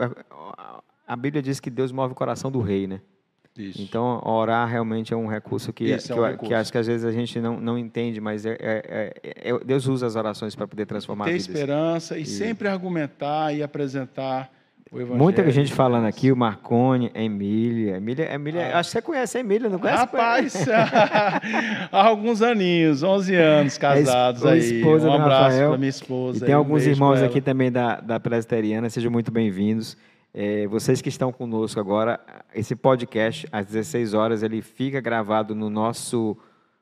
S1: a Bíblia diz que Deus move o coração do rei, né?
S2: Isso.
S1: Então, orar realmente é um recurso que acho que às vezes a gente não entende, mas Deus usa as orações para poder transformar vidas.
S2: Ter esperança e sempre argumentar e apresentar o Evangelho.
S1: Muita gente falando aqui, o Marconi, a Emília. Acho que você conhece a Emília, não conhece?
S2: Rapaz, há alguns aninhos, 11 anos casados aí.
S1: Um
S2: abraço para minha esposa.
S1: E tem alguns irmãos aqui também da Presbiteriana, sejam muito bem-vindos. Vocês que estão conosco agora, esse podcast, às 16 horas, ele fica gravado no nosso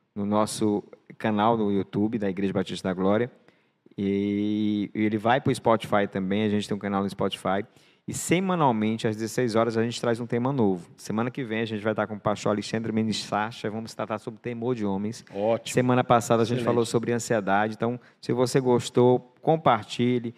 S1: canal no YouTube, da Igreja Batista da Glória, e ele vai para o Spotify também, a gente tem um canal no Spotify, e semanalmente, às 16 horas, a gente traz um tema novo. Semana que vem, a gente vai estar com o pastor Alexandre Mendes Sacha, vamos tratar sobre temor de homens.
S2: Ótimo.
S1: Semana passada, a gente falou sobre ansiedade, então, se você gostou, compartilhe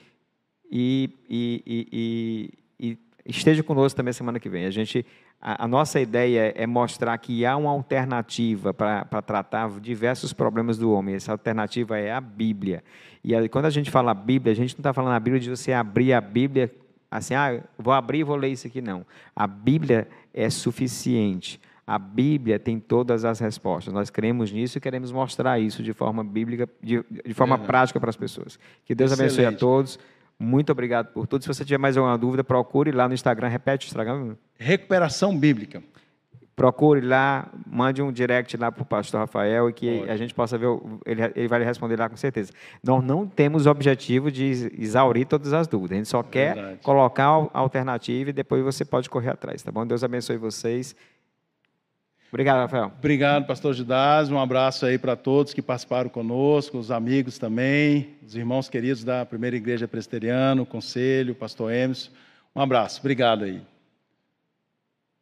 S1: e esteja conosco também semana que vem. A nossa ideia é mostrar que há uma alternativa para tratar diversos problemas do homem. Essa alternativa é a Bíblia. E aí, quando a gente fala Bíblia, a gente não está falando a Bíblia de você abrir a Bíblia assim, vou abrir e vou ler isso aqui, não. A Bíblia é suficiente. A Bíblia tem todas as respostas. Nós cremos nisso e queremos mostrar isso de forma bíblica, de forma prática para as pessoas. Que Deus abençoe a todos. Muito obrigado por tudo. Se você tiver mais alguma dúvida, procure lá no Instagram. Repete o Instagram.
S2: Recuperação Bíblica.
S1: Procure lá, mande um direct lá para o pastor Rafael e que a gente possa ver, ele vai lhe responder lá com certeza. Nós não temos o objetivo de exaurir todas as dúvidas. A gente só quer colocar a alternativa e depois você pode correr atrás, tá bom? Deus abençoe vocês. Obrigado, Rafael.
S2: Obrigado, pastor Gidásio. Um abraço aí para todos que participaram conosco, os amigos também, os irmãos queridos da Primeira Igreja Presbiteriana, o Conselho, o pastor Emerson. Um abraço. Obrigado aí.